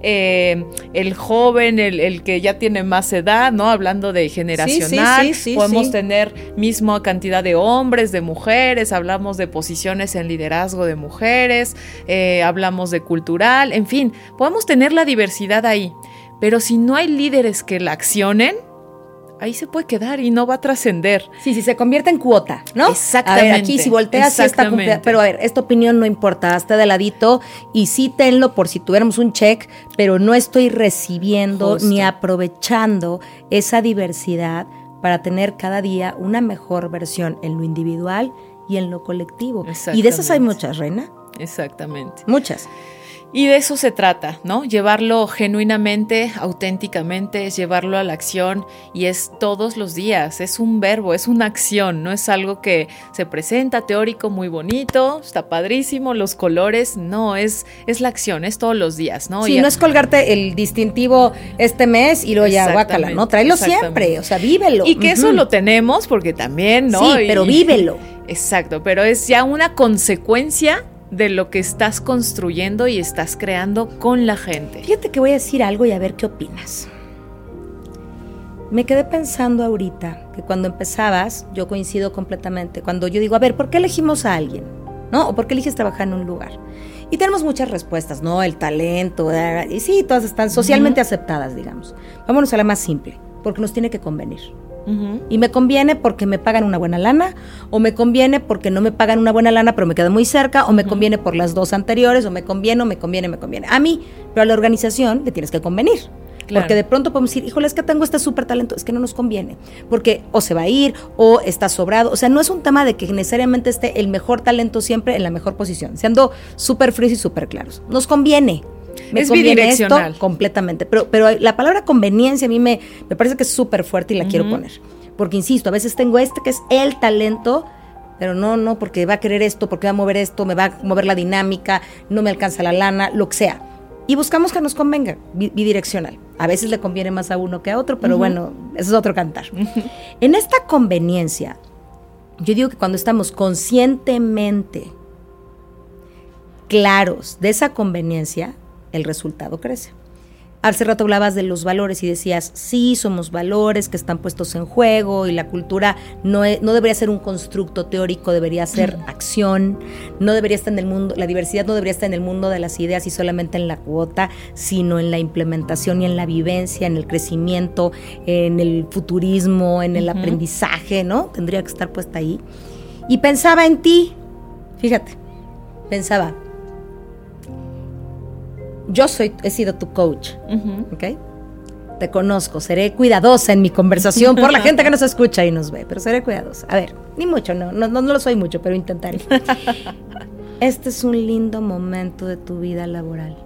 el joven, el que ya tiene más edad, ¿no? Hablando de generacional, podemos tener misma cantidad de hombres, de mujeres, hablamos de posiciones en liderazgo de mujeres, hablamos de cultural, en fin, podemos tener la diversidad ahí, pero si no hay líderes que la accionen, ahí se puede quedar y no va a trascender. Sí, se convierte en cuota, ¿no? Exactamente. A ver, aquí si volteas sí está cumplida, pero a ver, esta opinión no importa, está de ladito y sí tenlo por si tuviéramos un check, pero no estoy recibiendo ni aprovechando esa diversidad para tener cada día una mejor versión en lo individual y en lo colectivo. Y de esas hay muchas, Reina. Exactamente. Muchas. Y de eso se trata, ¿no? Llevarlo genuinamente, auténticamente, es llevarlo a la acción y es todos los días, es un verbo, es una acción, no es algo que se presenta teórico muy bonito, está padrísimo, los colores, no, es la acción, es todos los días, ¿no? Sí, no es colgarte el distintivo este mes y luego ya guácala, ¿no? Tráelo siempre, o sea, vívelo. Y que eso lo tenemos porque también, ¿no? Sí, pero vívelo. Exacto, pero es ya una consecuencia de lo que estás construyendo y estás creando con la gente. Fíjate que voy a decir algo y a ver qué opinas. Me quedé pensando ahorita que cuando empezabas, yo coincido completamente, cuando yo digo, a ver, ¿por qué elegimos a alguien? ¿no? ¿O por qué eliges trabajar en un lugar? Y tenemos muchas respuestas, ¿no? El talento, y sí, todas están socialmente aceptadas, digamos. Vámonos a la más simple, porque nos tiene que convenir. Y me conviene porque me pagan una buena lana, o me conviene porque no me pagan una buena lana, pero me quedo muy cerca, o me conviene por las dos anteriores, o me conviene. A mí, pero a la organización le tienes que convenir. Claro. Porque de pronto podemos decir, híjole, es que tengo este súper talento, es que no nos conviene, porque o se va a ir, o está sobrado. O sea, no es un tema de que necesariamente esté el mejor talento siempre en la mejor posición, siendo súper fríos y súper claros. Nos conviene. Me conviene esto completamente. Pero la palabra conveniencia a mí me parece que es súper fuerte y la quiero poner. Porque, insisto, a veces tengo que es el talento, pero no, porque va a querer esto, porque va a mover esto, me va a mover la dinámica, no me alcanza la lana, lo que sea. Y buscamos que nos convenga, bidireccional. A veces le conviene más a uno que a otro, pero bueno, eso es otro cantar. En esta conveniencia, yo digo que cuando estamos conscientemente claros de esa conveniencia, el resultado crece. Hace rato hablabas de los valores y decías, sí, somos valores que están puestos en juego y la cultura no debería ser un constructo teórico, debería ser acción, no debería estar en el mundo, la diversidad no debería estar en el mundo de las ideas y solamente en la cuota, sino en la implementación y en la vivencia, en el crecimiento, en el futurismo, en el aprendizaje, ¿no? Tendría que estar puesta ahí. Y pensaba en ti, fíjate, pensaba, he sido tu coach, ¿ok? Te conozco, seré cuidadosa en mi conversación por la gente que nos escucha y nos ve, pero seré cuidadosa. A ver, ni mucho, no lo soy mucho, pero intentaré. Este es un lindo momento de tu vida laboral.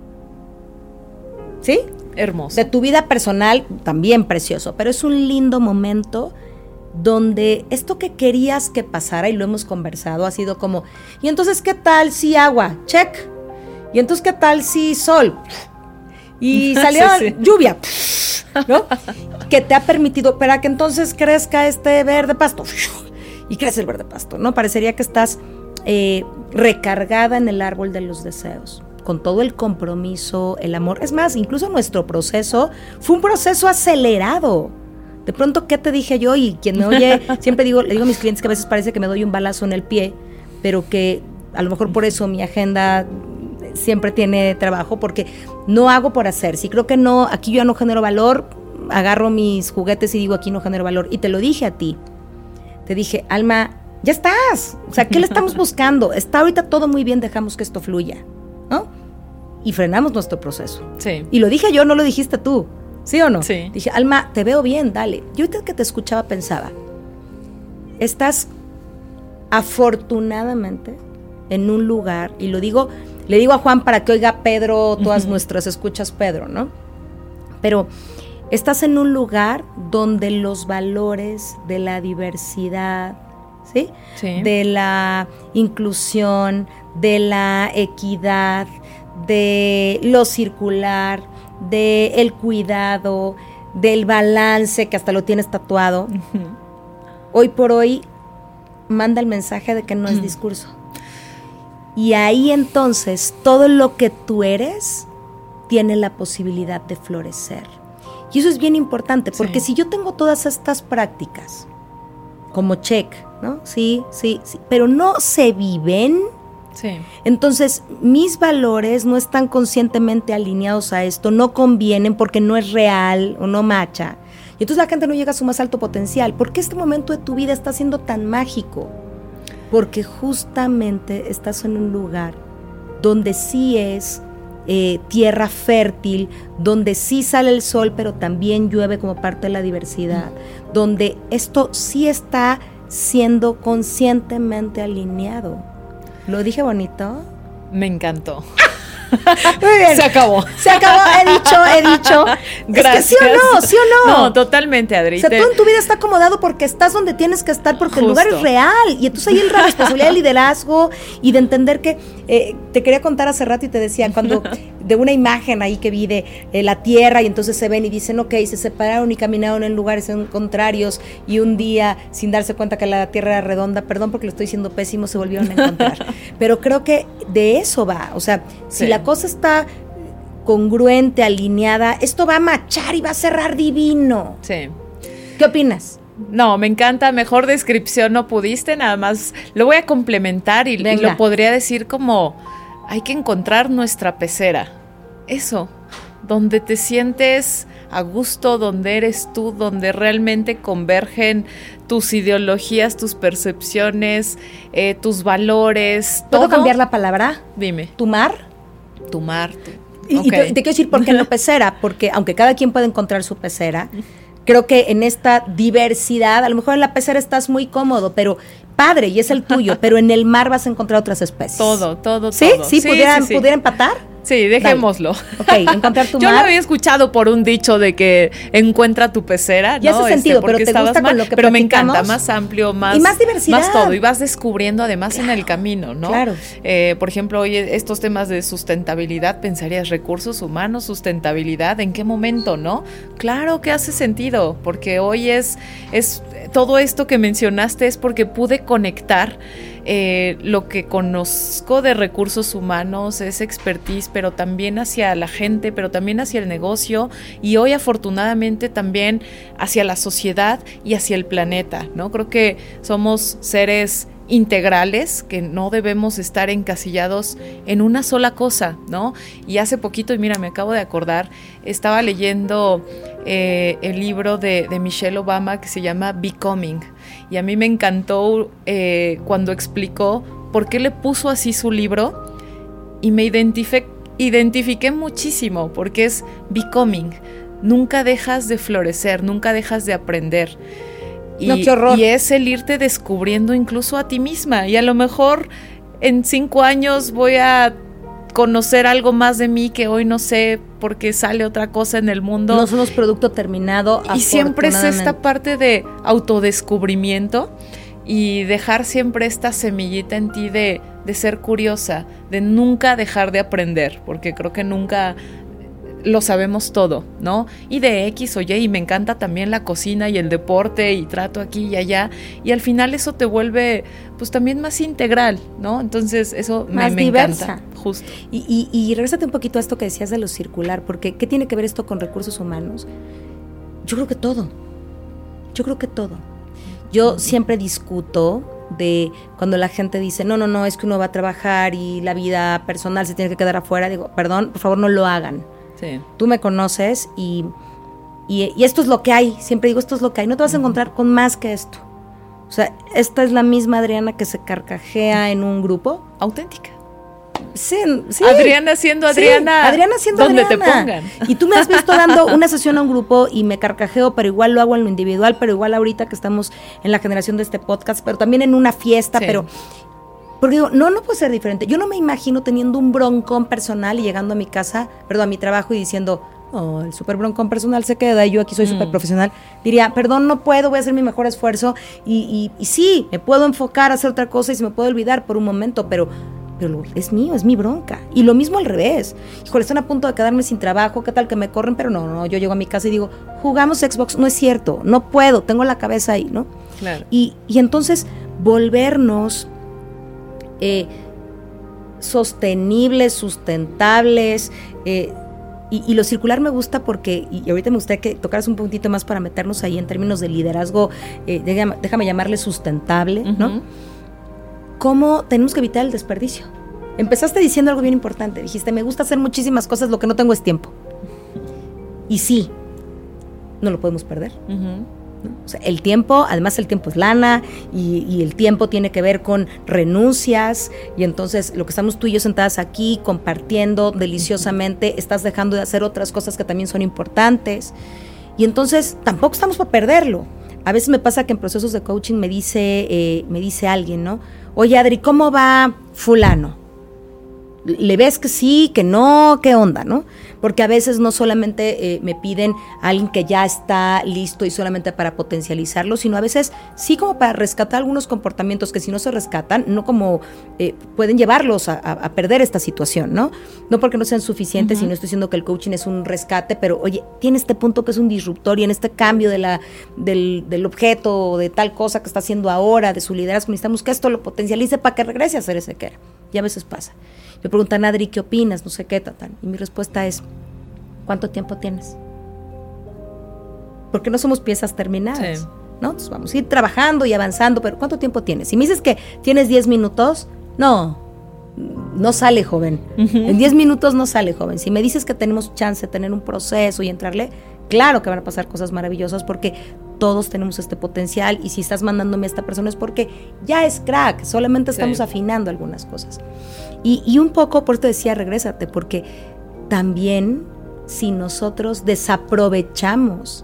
¿Sí? Hermoso. De tu vida personal, también precioso, pero es un lindo momento donde esto que querías que pasara, y lo hemos conversado, ha sido como, ¿y entonces qué tal si agua? Check. Y entonces, ¿qué tal si sol? Y salió lluvia, ¿no? Que te ha permitido, para que entonces crezca este verde pasto. Y crece el verde pasto, ¿no? Parecería que estás recargada en el árbol de los deseos, con todo el compromiso, el amor. Es más, incluso nuestro proceso fue un proceso acelerado. De pronto, ¿qué te dije yo? Y quien me oye, siempre le digo a mis clientes que a veces parece que me doy un balazo en el pie, pero que a lo mejor por eso mi agenda siempre tiene trabajo, porque no hago por hacer. Si creo que no, aquí yo ya no genero valor, agarro mis juguetes y digo, aquí no genero valor. Y te lo dije a ti. Te dije, Alma, ya estás. O sea, ¿qué le estamos buscando? Está ahorita todo muy bien, dejamos que esto fluya, ¿no? Y frenamos nuestro proceso. Sí. Y lo dije yo, no lo dijiste tú. ¿Sí o no? Sí. Dije, Alma, te veo bien, dale. Yo ahorita que te escuchaba pensaba, estás afortunadamente en un lugar, y lo digo, le digo a Juan para que oiga Pedro, todas nuestras escuchas Pedro, ¿no? Pero estás en un lugar donde los valores de la diversidad, ¿sí? Sí. De la inclusión, de la equidad, de lo circular, del cuidado, del balance, que hasta lo tienes tatuado, hoy por hoy manda el mensaje de que no es discurso. Y ahí entonces todo lo que tú eres tiene la posibilidad de florecer. Y eso es bien importante, porque si yo tengo todas estas prácticas como check, ¿no? Sí, pero no se viven, entonces mis valores no están conscientemente alineados a esto, no convienen porque no es real o no macha. Y entonces la gente no llega a su más alto potencial. ¿Por qué este momento de tu vida está siendo tan mágico? Porque justamente estás en un lugar donde sí es tierra fértil, donde sí sale el sol, pero también llueve como parte de la diversidad, donde esto sí está siendo conscientemente alineado. ¿Lo dije bonito? Me encantó. Muy bien. Se acabó. He dicho. Gracias. Es que sí o no. No, totalmente, Adri. O sea, todo en tu vida está acomodado porque estás donde tienes que estar, porque el lugar es real. Y entonces ahí la responsabilidad de liderazgo y de entender que, te quería contar hace rato y te decía, cuando de una imagen ahí que vi de la tierra, y entonces se ven y dicen, ok, se separaron y caminaron en lugares contrarios, y un día, sin darse cuenta que la tierra era redonda, perdón porque lo estoy diciendo pésimo, se volvieron a encontrar. Pero creo que de eso va. O sea, si la cosa está congruente, alineada, esto va a machar y va a cerrar divino. Sí. ¿Qué opinas? No, me encanta, mejor descripción no pudiste, nada más lo voy a complementar y lo podría decir como hay que encontrar nuestra pecera. Eso, donde te sientes a gusto, donde eres tú, donde realmente convergen tus ideologías, tus percepciones, tus valores. ¿Puedo todo. cambiar la palabra? Dime. ¿Tu mar? Tu mar. Y te quiero decir por qué no pecera, porque aunque cada quien puede encontrar su pecera, creo que en esta diversidad, a lo mejor en la pecera estás muy cómodo, pero padre, y es el tuyo, pero en el mar vas a encontrar otras especies. Todo. ¿Sí? ¿Sí? ¿Pudiera empatar? Sí, dejémoslo. Dale. Ok, encontrar tu mar. Yo lo había escuchado por un dicho de que encuentra tu pecera, ¿no? Ya hace sentido, pero te gusta con lo que pero me encanta, más amplio, más... Y más diversidad. Más todo, y vas descubriendo además en el camino, ¿no? Claro. Por ejemplo, hoy estos temas de sustentabilidad, pensarías, recursos humanos, sustentabilidad, ¿en qué momento, no? Claro que hace sentido, porque hoy es todo esto que mencionaste es porque pude conectar lo que conozco de recursos humanos, es expertise, pero también hacia la gente, pero también hacia el negocio y hoy afortunadamente también hacia la sociedad y hacia el planeta, ¿no? Creo que somos seres integrales, que no debemos estar encasillados en una sola cosa, ¿no? Y hace poquito, y mira, me acabo de acordar, estaba leyendo el libro de Michelle Obama que se llama Becoming, y a mí me encantó cuando explicó por qué le puso así su libro, y me identifiqué muchísimo, porque es Becoming, nunca dejas de florecer, nunca dejas de aprender. No, qué horror. Y es el irte descubriendo incluso a ti misma. Y a lo mejor en 5 años voy a conocer algo más de mí que hoy no sé porque sale otra cosa en el mundo. No somos producto terminado. Y siempre es esta parte de autodescubrimiento y dejar siempre esta semillita en ti de ser curiosa, de nunca dejar de aprender, porque creo que nunca lo sabemos todo, ¿no? Y de X o Y, y me encanta también la cocina y el deporte y trato aquí y allá, y al final eso te vuelve pues también más integral, ¿no? Entonces eso más me diversa. Encanta, justo. Y regrésate un poquito a esto que decías de lo circular, porque ¿qué tiene que ver esto con recursos humanos? Yo creo que todo. Yo siempre discuto de cuando la gente dice, no, es que uno va a trabajar y la vida personal se tiene que quedar afuera. Digo, perdón, por favor no lo hagan. Sí. Tú me conoces y esto es lo que hay. Siempre digo, esto es lo que hay. No te vas a encontrar con más que esto. O sea, esta es la misma Adriana que se carcajea en un grupo. Auténtica. Sí. Adriana siendo Adriana. Sí, Adriana siendo donde Adriana. Te pongan. Y tú me has visto dando una sesión a un grupo y me carcajeo, pero igual lo hago en lo individual, pero igual ahorita que estamos en la generación de este podcast, pero también en una fiesta, sí. Pero... Porque digo, no puede ser diferente. Yo no me imagino teniendo un broncón personal y llegando a mi casa, a mi trabajo y diciendo, el súper broncón personal se queda y yo aquí soy súper profesional. Diría, perdón, no puedo, voy a hacer mi mejor esfuerzo y sí, me puedo enfocar a hacer otra cosa y se me puede olvidar por un momento, pero es mío, es mi bronca. Y lo mismo al revés. Híjole, están a punto de quedarme sin trabajo, ¿qué tal que me corren? Pero no, yo llego a mi casa y digo, jugamos Xbox, no es cierto, no puedo, tengo la cabeza ahí, ¿no? Claro. Y entonces volvernos... sostenibles, sustentables, y lo circular me gusta porque, y ahorita me gustaría que tocaras un puntito más para meternos ahí en términos de liderazgo, déjame llamarle sustentable, ¿no? ¿Cómo tenemos que evitar el desperdicio? Empezaste diciendo algo bien importante, dijiste, me gusta hacer muchísimas cosas, lo que no tengo es tiempo. Y sí, no lo podemos perder. ¿No? O sea, el tiempo, además el tiempo es lana y el tiempo tiene que ver con renuncias y entonces lo que estamos tú y yo sentadas aquí compartiendo deliciosamente, estás dejando de hacer otras cosas que también son importantes y entonces tampoco estamos para perderlo. A veces me pasa que en procesos de coaching me dice alguien, ¿no? Oye, Adri, ¿cómo va fulano? ¿Le ves que sí, que no? ¿Qué onda, no? Porque a veces no solamente me piden a alguien que ya está listo y solamente para potencializarlo, sino a veces sí como para rescatar algunos comportamientos que si no se rescatan, no como pueden llevarlos a perder esta situación, ¿no? No porque no sean suficientes, y no estoy diciendo que el coaching es un rescate, pero oye, tiene este punto que es un disruptor y en este cambio del objeto, de tal cosa que está haciendo ahora, de su liderazgo, necesitamos que esto lo potencialice para que regrese a ser ese que era. Y a veces pasa. Me preguntan, Adri, ¿qué opinas? No sé qué, tal. Y mi respuesta es, ¿cuánto tiempo tienes? Porque no somos piezas terminadas. Sí. ¿no? Entonces vamos a ir trabajando y avanzando, pero ¿cuánto tiempo tienes? Si me dices que tienes 10 minutos, no sale, joven. En 10 minutos no sale, joven. Si me dices que tenemos chance de tener un proceso y entrarle, claro que van a pasar cosas maravillosas porque todos tenemos este potencial, y si estás mandándome a esta persona es porque ya es crack, solamente estamos afinando algunas cosas. Y un poco, por eso te decía, regrésate, porque también si nosotros desaprovechamos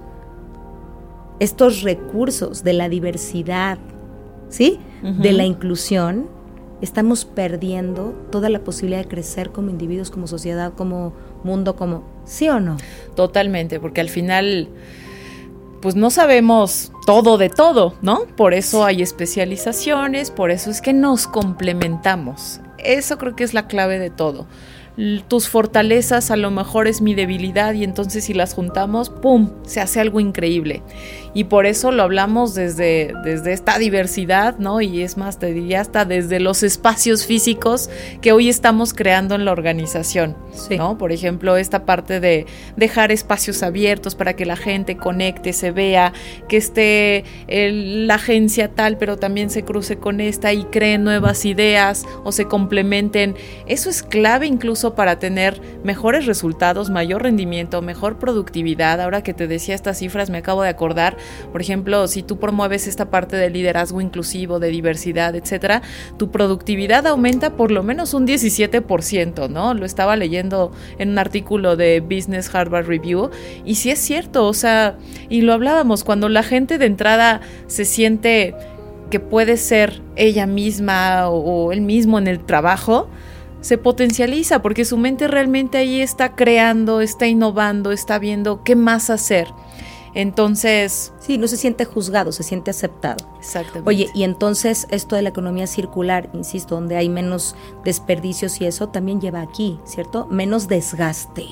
estos recursos de la diversidad, ¿sí? De la inclusión, estamos perdiendo toda la posibilidad de crecer como individuos, como sociedad, como mundo, como, ¿sí o no? Totalmente, porque al final pues no sabemos todo de todo, ¿no? Por eso hay especializaciones, por eso es que nos complementamos. Eso creo que es la clave de todo. Tus fortalezas a lo mejor es mi debilidad, y entonces si las juntamos, ¡pum!, se hace algo increíble. Y por eso lo hablamos desde esta diversidad, ¿no? Y es más, te diría hasta desde los espacios físicos que hoy estamos creando en la organización, ¿no? Por ejemplo, esta parte de dejar espacios abiertos para que la gente conecte, se vea, que esté la agencia tal, pero también se cruce con esta y creen nuevas ideas o se complementen. Eso es clave incluso para tener mejores resultados, mayor rendimiento, mejor productividad. Ahora que te decía estas cifras, me acabo de acordar, por ejemplo, si tú promueves esta parte de liderazgo inclusivo, de diversidad, etcétera, tu productividad aumenta por lo menos un 17%, ¿no? Lo estaba leyendo en un artículo de Business Harvard Review, y sí es cierto, o sea, y lo hablábamos, cuando la gente de entrada se siente que puede ser ella misma o él mismo en el trabajo, se potencializa porque su mente realmente ahí está creando, está innovando, está viendo qué más hacer. Entonces, sí, no se siente juzgado, se siente aceptado. Exactamente. Oye, y entonces esto de la economía circular, insisto, donde hay menos desperdicios y eso también lleva aquí, ¿cierto? Menos desgaste.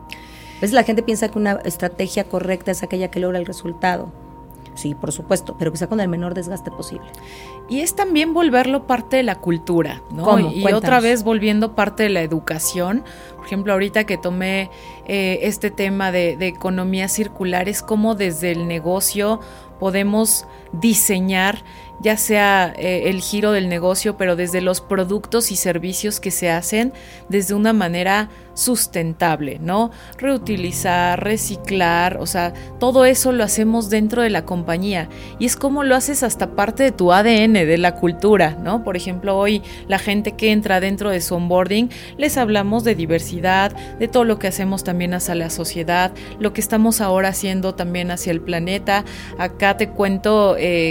A veces la gente piensa que una estrategia correcta es aquella que logra el resultado. Sí, por supuesto, pero que sea con el menor desgaste posible. Y es también volverlo parte de la cultura, ¿no? ¿Cómo? Y otra vez volviendo parte de la educación. Por ejemplo, ahorita que tomé este tema de economía circular, es como desde el negocio podemos diseñar ya sea el giro del negocio, pero desde los productos y servicios que se hacen desde una manera sustentable, ¿no? Reutilizar, reciclar, o sea, todo eso lo hacemos dentro de la compañía y es como lo haces hasta parte de tu ADN, de la cultura, ¿no? Por ejemplo, hoy la gente que entra dentro de su onboarding, les hablamos de diversidad, de todo lo que hacemos también hacia la sociedad, lo que estamos ahora haciendo también hacia el planeta. Acá te cuento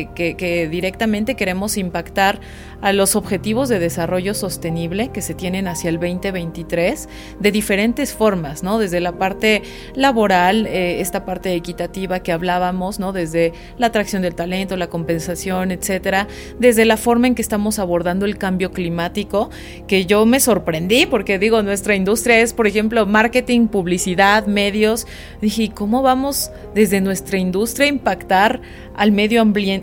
que directamente queremos impactar a los objetivos de desarrollo sostenible que se tienen hacia el 2023 de diferentes formas, ¿no? Desde la parte laboral, esta parte equitativa que hablábamos, ¿no? Desde la atracción del talento, la compensación, etcétera, desde la forma en que estamos abordando el cambio climático, que yo me sorprendí porque digo, nuestra industria es, por ejemplo, marketing, publicidad, medios. Dije, ¿y cómo vamos desde nuestra industria a impactar al medio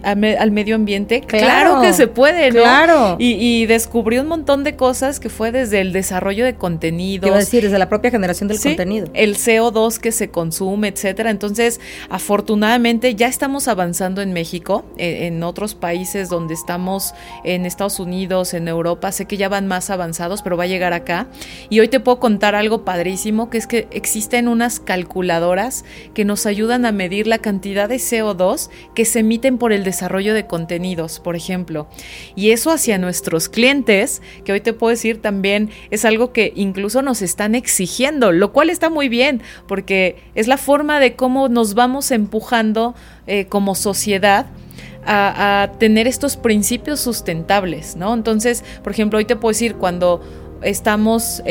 ambiente? Claro que se puede, ¿no? Claro. Y descubrí un montón de cosas que fue desde el desarrollo de contenidos. Iba a decir, desde la propia generación del contenido. El CO2 que se consume, etcétera. Entonces, afortunadamente, ya estamos avanzando en México, en otros países donde estamos, en Estados Unidos, en Europa, sé que ya van más avanzados, pero va a llegar acá. Y hoy te puedo contar algo padrísimo, que es que existen unas calculadoras que nos ayudan a medir la cantidad de CO2 que se emiten por el desarrollo de contenidos, por ejemplo. Y eso hacia nuestros clientes, que hoy te puedo decir también es algo que incluso nos están exigiendo, lo cual está muy bien, porque es la forma de cómo nos vamos empujando como sociedad a tener estos principios sustentables, ¿no? Entonces, por ejemplo, hoy te puedo decir, cuando estamos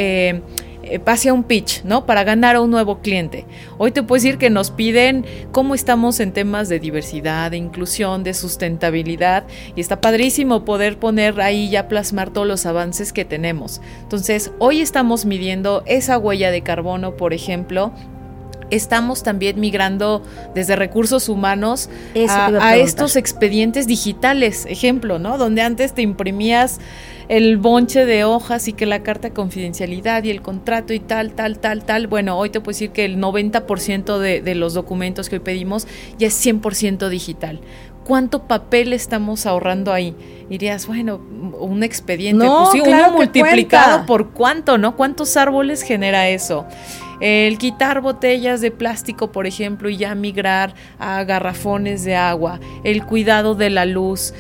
hacia un pitch, ¿no? Para ganar a un nuevo cliente. Hoy te puedo decir que nos piden cómo estamos en temas de diversidad, de inclusión, de sustentabilidad, y está padrísimo poder poner ahí ya plasmar todos los avances que tenemos. Entonces, hoy estamos midiendo esa huella de carbono, por ejemplo. Estamos también migrando desde recursos humanos a estos expedientes digitales, ejemplo, ¿no? Donde antes te imprimías el bonche de hojas y que la carta de confidencialidad y el contrato y tal. Bueno, hoy te puedo decir que el 90% de los documentos que hoy pedimos ya es 100% digital. ¿cuánto papel estamos ahorrando ahí? Dirías, bueno, un expediente, no, pues sí, claro, uno multiplicado cuenta. por cuánto, ¿no? ¿Cuántos árboles genera eso? El quitar botellas de plástico, por ejemplo, y ya migrar a garrafones de agua, el cuidado de la luz,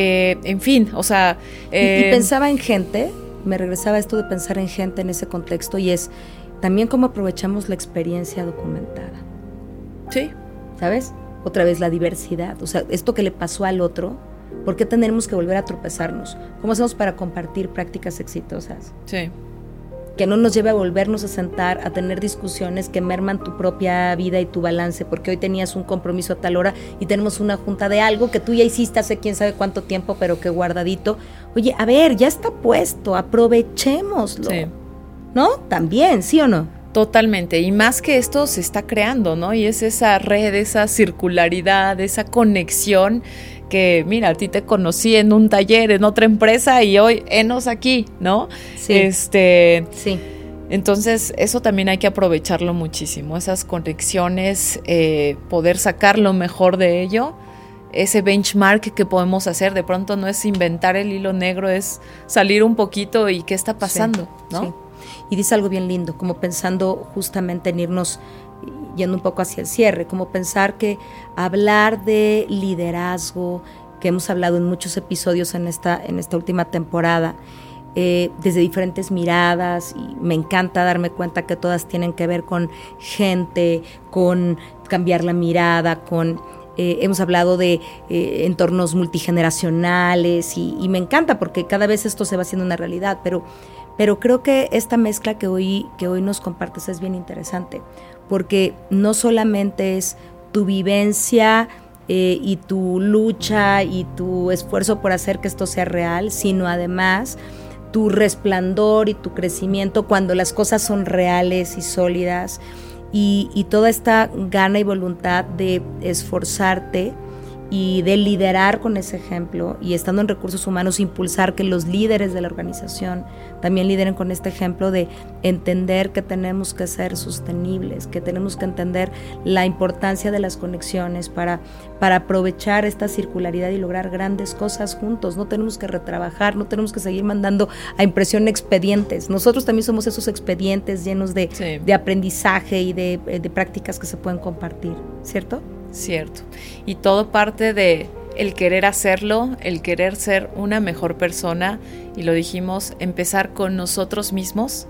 en fin, o sea... Y pensaba en gente, me regresaba esto de pensar en gente en ese contexto, y es también cómo aprovechamos la experiencia documentada. Sí. ¿Sabes? Otra vez la diversidad, o sea, esto que le pasó al otro, ¿por qué tenemos que volver a tropezarnos? ¿Cómo hacemos para compartir prácticas exitosas? Sí. Que no nos lleve a volvernos a sentar, a tener discusiones que merman tu propia vida y tu balance, porque hoy tenías un compromiso a tal hora y tenemos una junta de algo que tú ya hiciste hace quién sabe cuánto tiempo, pero que guardadito. Oye, a ver, ya está puesto, aprovechémoslo. Sí. ¿No? También, ¿sí o no? Totalmente, y más que esto se está creando, ¿no? Y es esa red, esa circularidad, esa conexión que, mira, a ti te conocí en un taller, en otra empresa, y hoy enos aquí, ¿no? Sí. Sí. Entonces, eso también hay que aprovecharlo muchísimo, esas conexiones, poder sacar lo mejor de ello. Ese benchmark que podemos hacer, de pronto no es inventar el hilo negro, es salir un poquito y qué está pasando, ¿no? Sí. Y dice algo bien lindo, como pensando justamente en irnos yendo un poco hacia el cierre, como pensar que hablar de liderazgo, que hemos hablado en muchos episodios en esta última temporada, desde diferentes miradas, y me encanta darme cuenta que todas tienen que ver con gente, con cambiar la mirada, con... hemos hablado de entornos multigeneracionales y me encanta porque cada vez esto se va haciendo una realidad, pero creo que esta mezcla que hoy nos compartes es bien interesante, porque no solamente es tu vivencia y tu lucha y tu esfuerzo por hacer que esto sea real, sino además tu resplandor y tu crecimiento cuando las cosas son reales y sólidas, y toda esta gana y voluntad de esforzarte y de liderar con ese ejemplo, y estando en recursos humanos, impulsar que los líderes de la organización también lideren con este ejemplo de entender que tenemos que ser sostenibles, que tenemos que entender la importancia de las conexiones para aprovechar esta circularidad y lograr grandes cosas juntos. No tenemos que retrabajar, no tenemos que seguir mandando a impresión expedientes. Nosotros también somos esos expedientes llenos de aprendizaje y de prácticas que se pueden compartir, ¿cierto? Cierto, y todo parte de el querer hacerlo, el querer ser una mejor persona, y lo dijimos, empezar con nosotros mismos,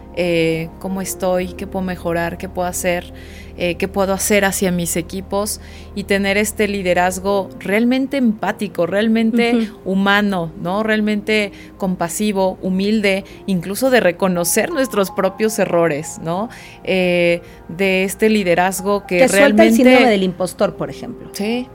cómo estoy, qué puedo mejorar, qué puedo hacer, qué puedo hacer hacia mis equipos, y tener este liderazgo realmente empático, realmente humano, ¿no? Realmente compasivo, humilde, incluso de reconocer nuestros propios errores, ¿no? De este liderazgo que realmente... suelta el síndrome del impostor, por ejemplo. Sí.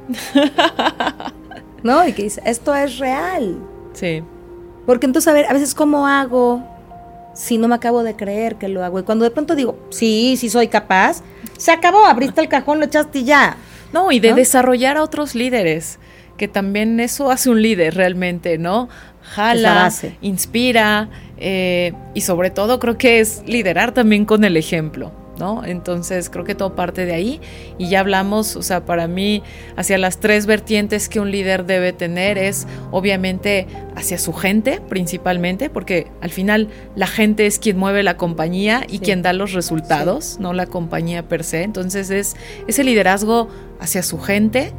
¿No? Y que dice, esto es real. Sí. Porque entonces, a ver, a veces, ¿cómo hago si no me acabo de creer que lo hago? Y cuando de pronto digo, sí soy capaz, se acabó, abriste el cajón, lo echaste y ya. No, y de desarrollar a otros líderes, que también eso hace un líder realmente, ¿no? Jala, inspira, y sobre todo creo que es liderar también con el ejemplo, ¿no? Entonces creo que todo parte de ahí, y ya hablamos, o sea, para mí, hacia las 3 vertientes que un líder debe tener es, obviamente, hacia su gente, principalmente, porque al final la gente es quien mueve la compañía y quien da los resultados, no la compañía per se. Entonces es ese liderazgo hacia su gente,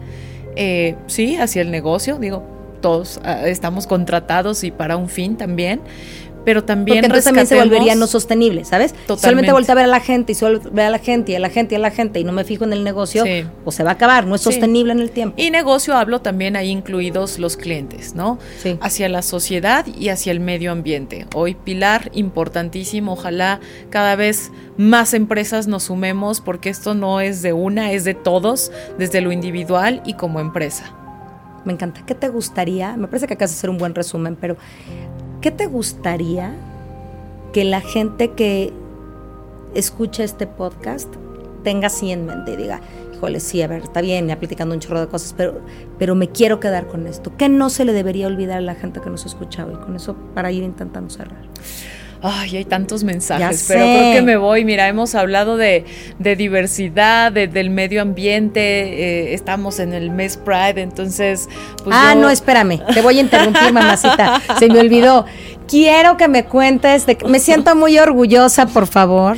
hacia el negocio, digo, todos estamos contratados y para un fin también, pero también porque entonces también se volvería no sostenible, ¿sabes? Totalmente. Solamente volteo a ver a la gente y solo ver a la gente y a la gente y a la gente y no me fijo en el negocio, pues se va a acabar, no es sostenible en el tiempo. Y negocio hablo también ahí incluidos los clientes, ¿no? Sí. Hacia la sociedad y hacia el medio ambiente. Hoy pilar importantísimo, ojalá cada vez más empresas nos sumemos, porque esto no es de una, es de todos, desde lo individual y como empresa. Me encanta. ¿Qué te gustaría? Me parece que acabas de hacer un buen resumen, pero ¿qué te gustaría que la gente que escucha este podcast tenga así en mente y diga, híjole, sí, a ver, está bien, ya platicando un chorro de cosas, pero me quiero quedar con esto? ¿Qué no se le debería olvidar a la gente que nos escucha hoy? Con eso, para ir intentando cerrar. Ay, hay tantos mensajes, pero creo que me voy. Mira, hemos hablado de diversidad, del medio ambiente, estamos en el mes Pride, entonces... Pues no, espérame, te voy a interrumpir, mamacita, se me olvidó. Quiero que me cuentes, me siento muy orgullosa, por favor.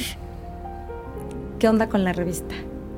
¿Qué onda con la revista?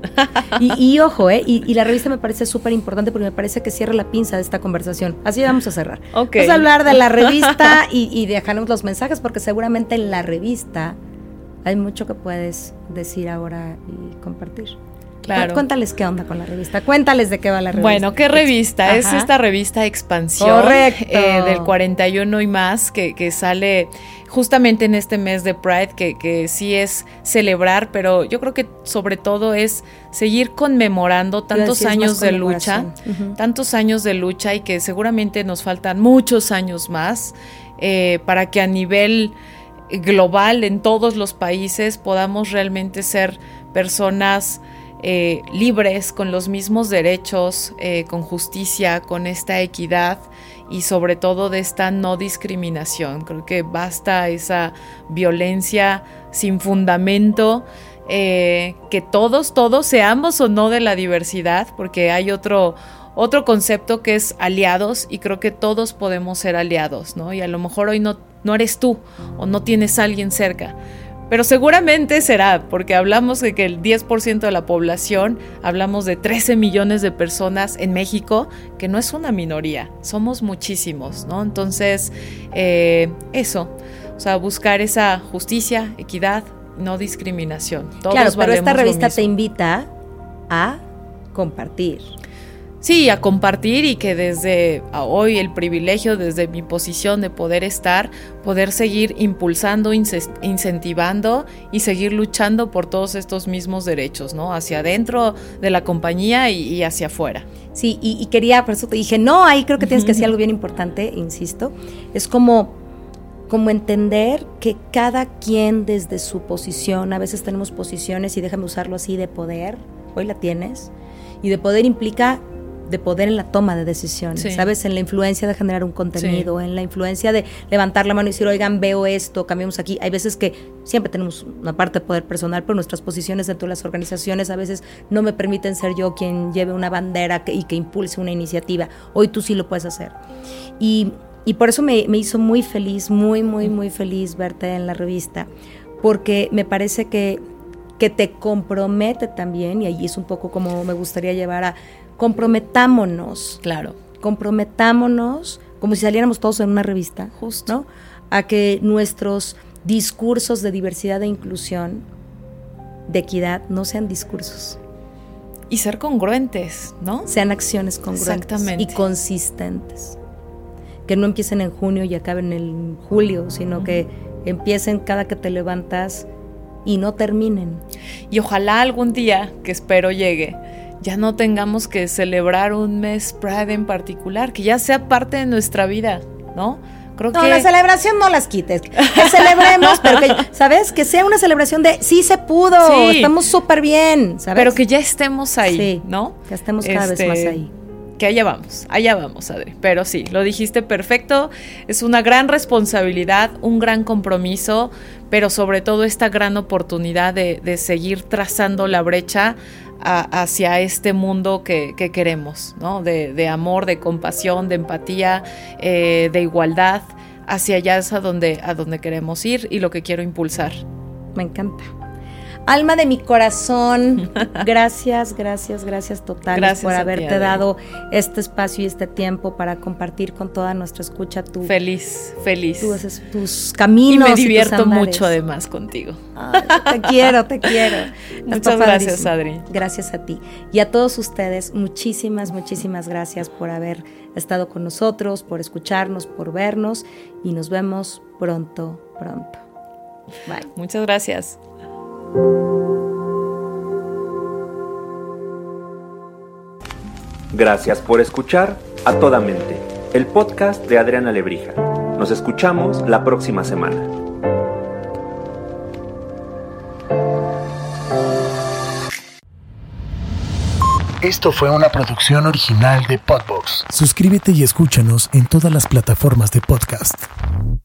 Y ojo, y la revista me parece súper importante porque me parece que cierra la pinza de esta conversación. Así vamos a cerrar. Okay. Vamos a hablar de la revista y dejarnos los mensajes porque seguramente en la revista hay mucho que puedes decir ahora y compartir. Claro. Cuéntales qué onda con la revista. Cuéntales de qué va la revista. Bueno, ¿qué revista? Ajá. Es esta revista Expansión. Correcto. Del 41 y más, que sale justamente en este mes de Pride, que sí es celebrar, pero yo creo que sobre todo es seguir conmemorando tantos años de lucha, tantos años de lucha, y que seguramente nos faltan muchos años más para que a nivel global en todos los países podamos realmente ser personas libres, con los mismos derechos, con justicia, con esta equidad y sobre todo de esta no discriminación. Creo que basta esa violencia sin fundamento, que todos seamos o no de la diversidad, porque hay otro concepto que es aliados, y creo que todos podemos ser aliados, ¿no? Y a lo mejor hoy no eres tú o no tienes a alguien cerca, pero seguramente será, porque hablamos de que el 10% de la población, hablamos de 13 millones de personas en México, que no es una minoría, somos muchísimos, ¿no? Entonces, eso, o sea, buscar esa justicia, equidad, no discriminación. Todos claro, pero esta revista te invita a compartir. Sí, a compartir, y que desde hoy el privilegio, desde mi posición de poder seguir impulsando, incentivando y seguir luchando por todos estos mismos derechos, ¿no? Hacia adentro de la compañía y hacia afuera. Sí, y quería, por eso te dije, no, ahí creo que tienes que decir algo bien importante, insisto, es como entender que cada quien desde su posición, a veces tenemos posiciones, y déjame usarlo así, de poder, hoy la tienes, y de poder implica de poder en la toma de decisiones, sí. ¿Sabes? En la influencia de generar un contenido, sí. En la influencia de levantar la mano y decir, oigan, veo esto, cambiamos aquí. Hay veces que siempre tenemos una parte de poder personal, pero nuestras posiciones dentro de las organizaciones a veces no me permiten ser yo quien lleve una bandera y que impulse una iniciativa. Hoy tú sí lo puedes hacer. Y por eso me hizo muy feliz, muy feliz verte en la revista, porque me parece que te compromete también, y ahí es un poco como me gustaría llevar a comprometámonos. Claro. Comprometámonos, como si saliéramos todos en una revista, justo, ¿no? A que nuestros discursos de diversidad e inclusión, de equidad, no sean discursos. Y ser congruentes, ¿no? Sean acciones congruentes. Exactamente. Y consistentes. Que no empiecen en junio y acaben en julio, sino que empiecen cada que te levantas y no terminen. Y ojalá algún día, que espero llegue, ya no tengamos que celebrar un mes Pride en particular, que ya sea parte de nuestra vida, ¿no? Creo que la celebración no las quites, que celebremos, pero que, ¿sabes? Que sea una celebración de sí se pudo, sí. Estamos súper bien, ¿sabes? Pero que ya estemos ahí, sí, ¿no? Que estemos cada vez más ahí. Que allá vamos, Adri. Pero sí, lo dijiste perfecto, es una gran responsabilidad, un gran compromiso, pero sobre todo esta gran oportunidad de seguir trazando la brecha hacia este mundo que queremos, ¿no? De amor, de compasión, de empatía, de igualdad. Hacia allá es a donde queremos ir y lo que quiero impulsar. Me encanta. Alma de mi corazón, gracias totales. Gracias por haberte ti, dado este espacio y este tiempo para compartir con toda nuestra escucha feliz tus caminos. Y me divierto mucho además contigo. Ay, te quiero. Muchas gracias, Adri. Gracias a ti. Y a todos ustedes, muchísimas gracias por haber estado con nosotros, por escucharnos, por vernos, y nos vemos pronto. Bye. Muchas gracias. Gracias por escuchar A Toda Mente, el podcast de Adriana Lebrija. Nos escuchamos la próxima semana. Esto fue una producción original de Podbox. Suscríbete y escúchanos en todas las plataformas de podcast.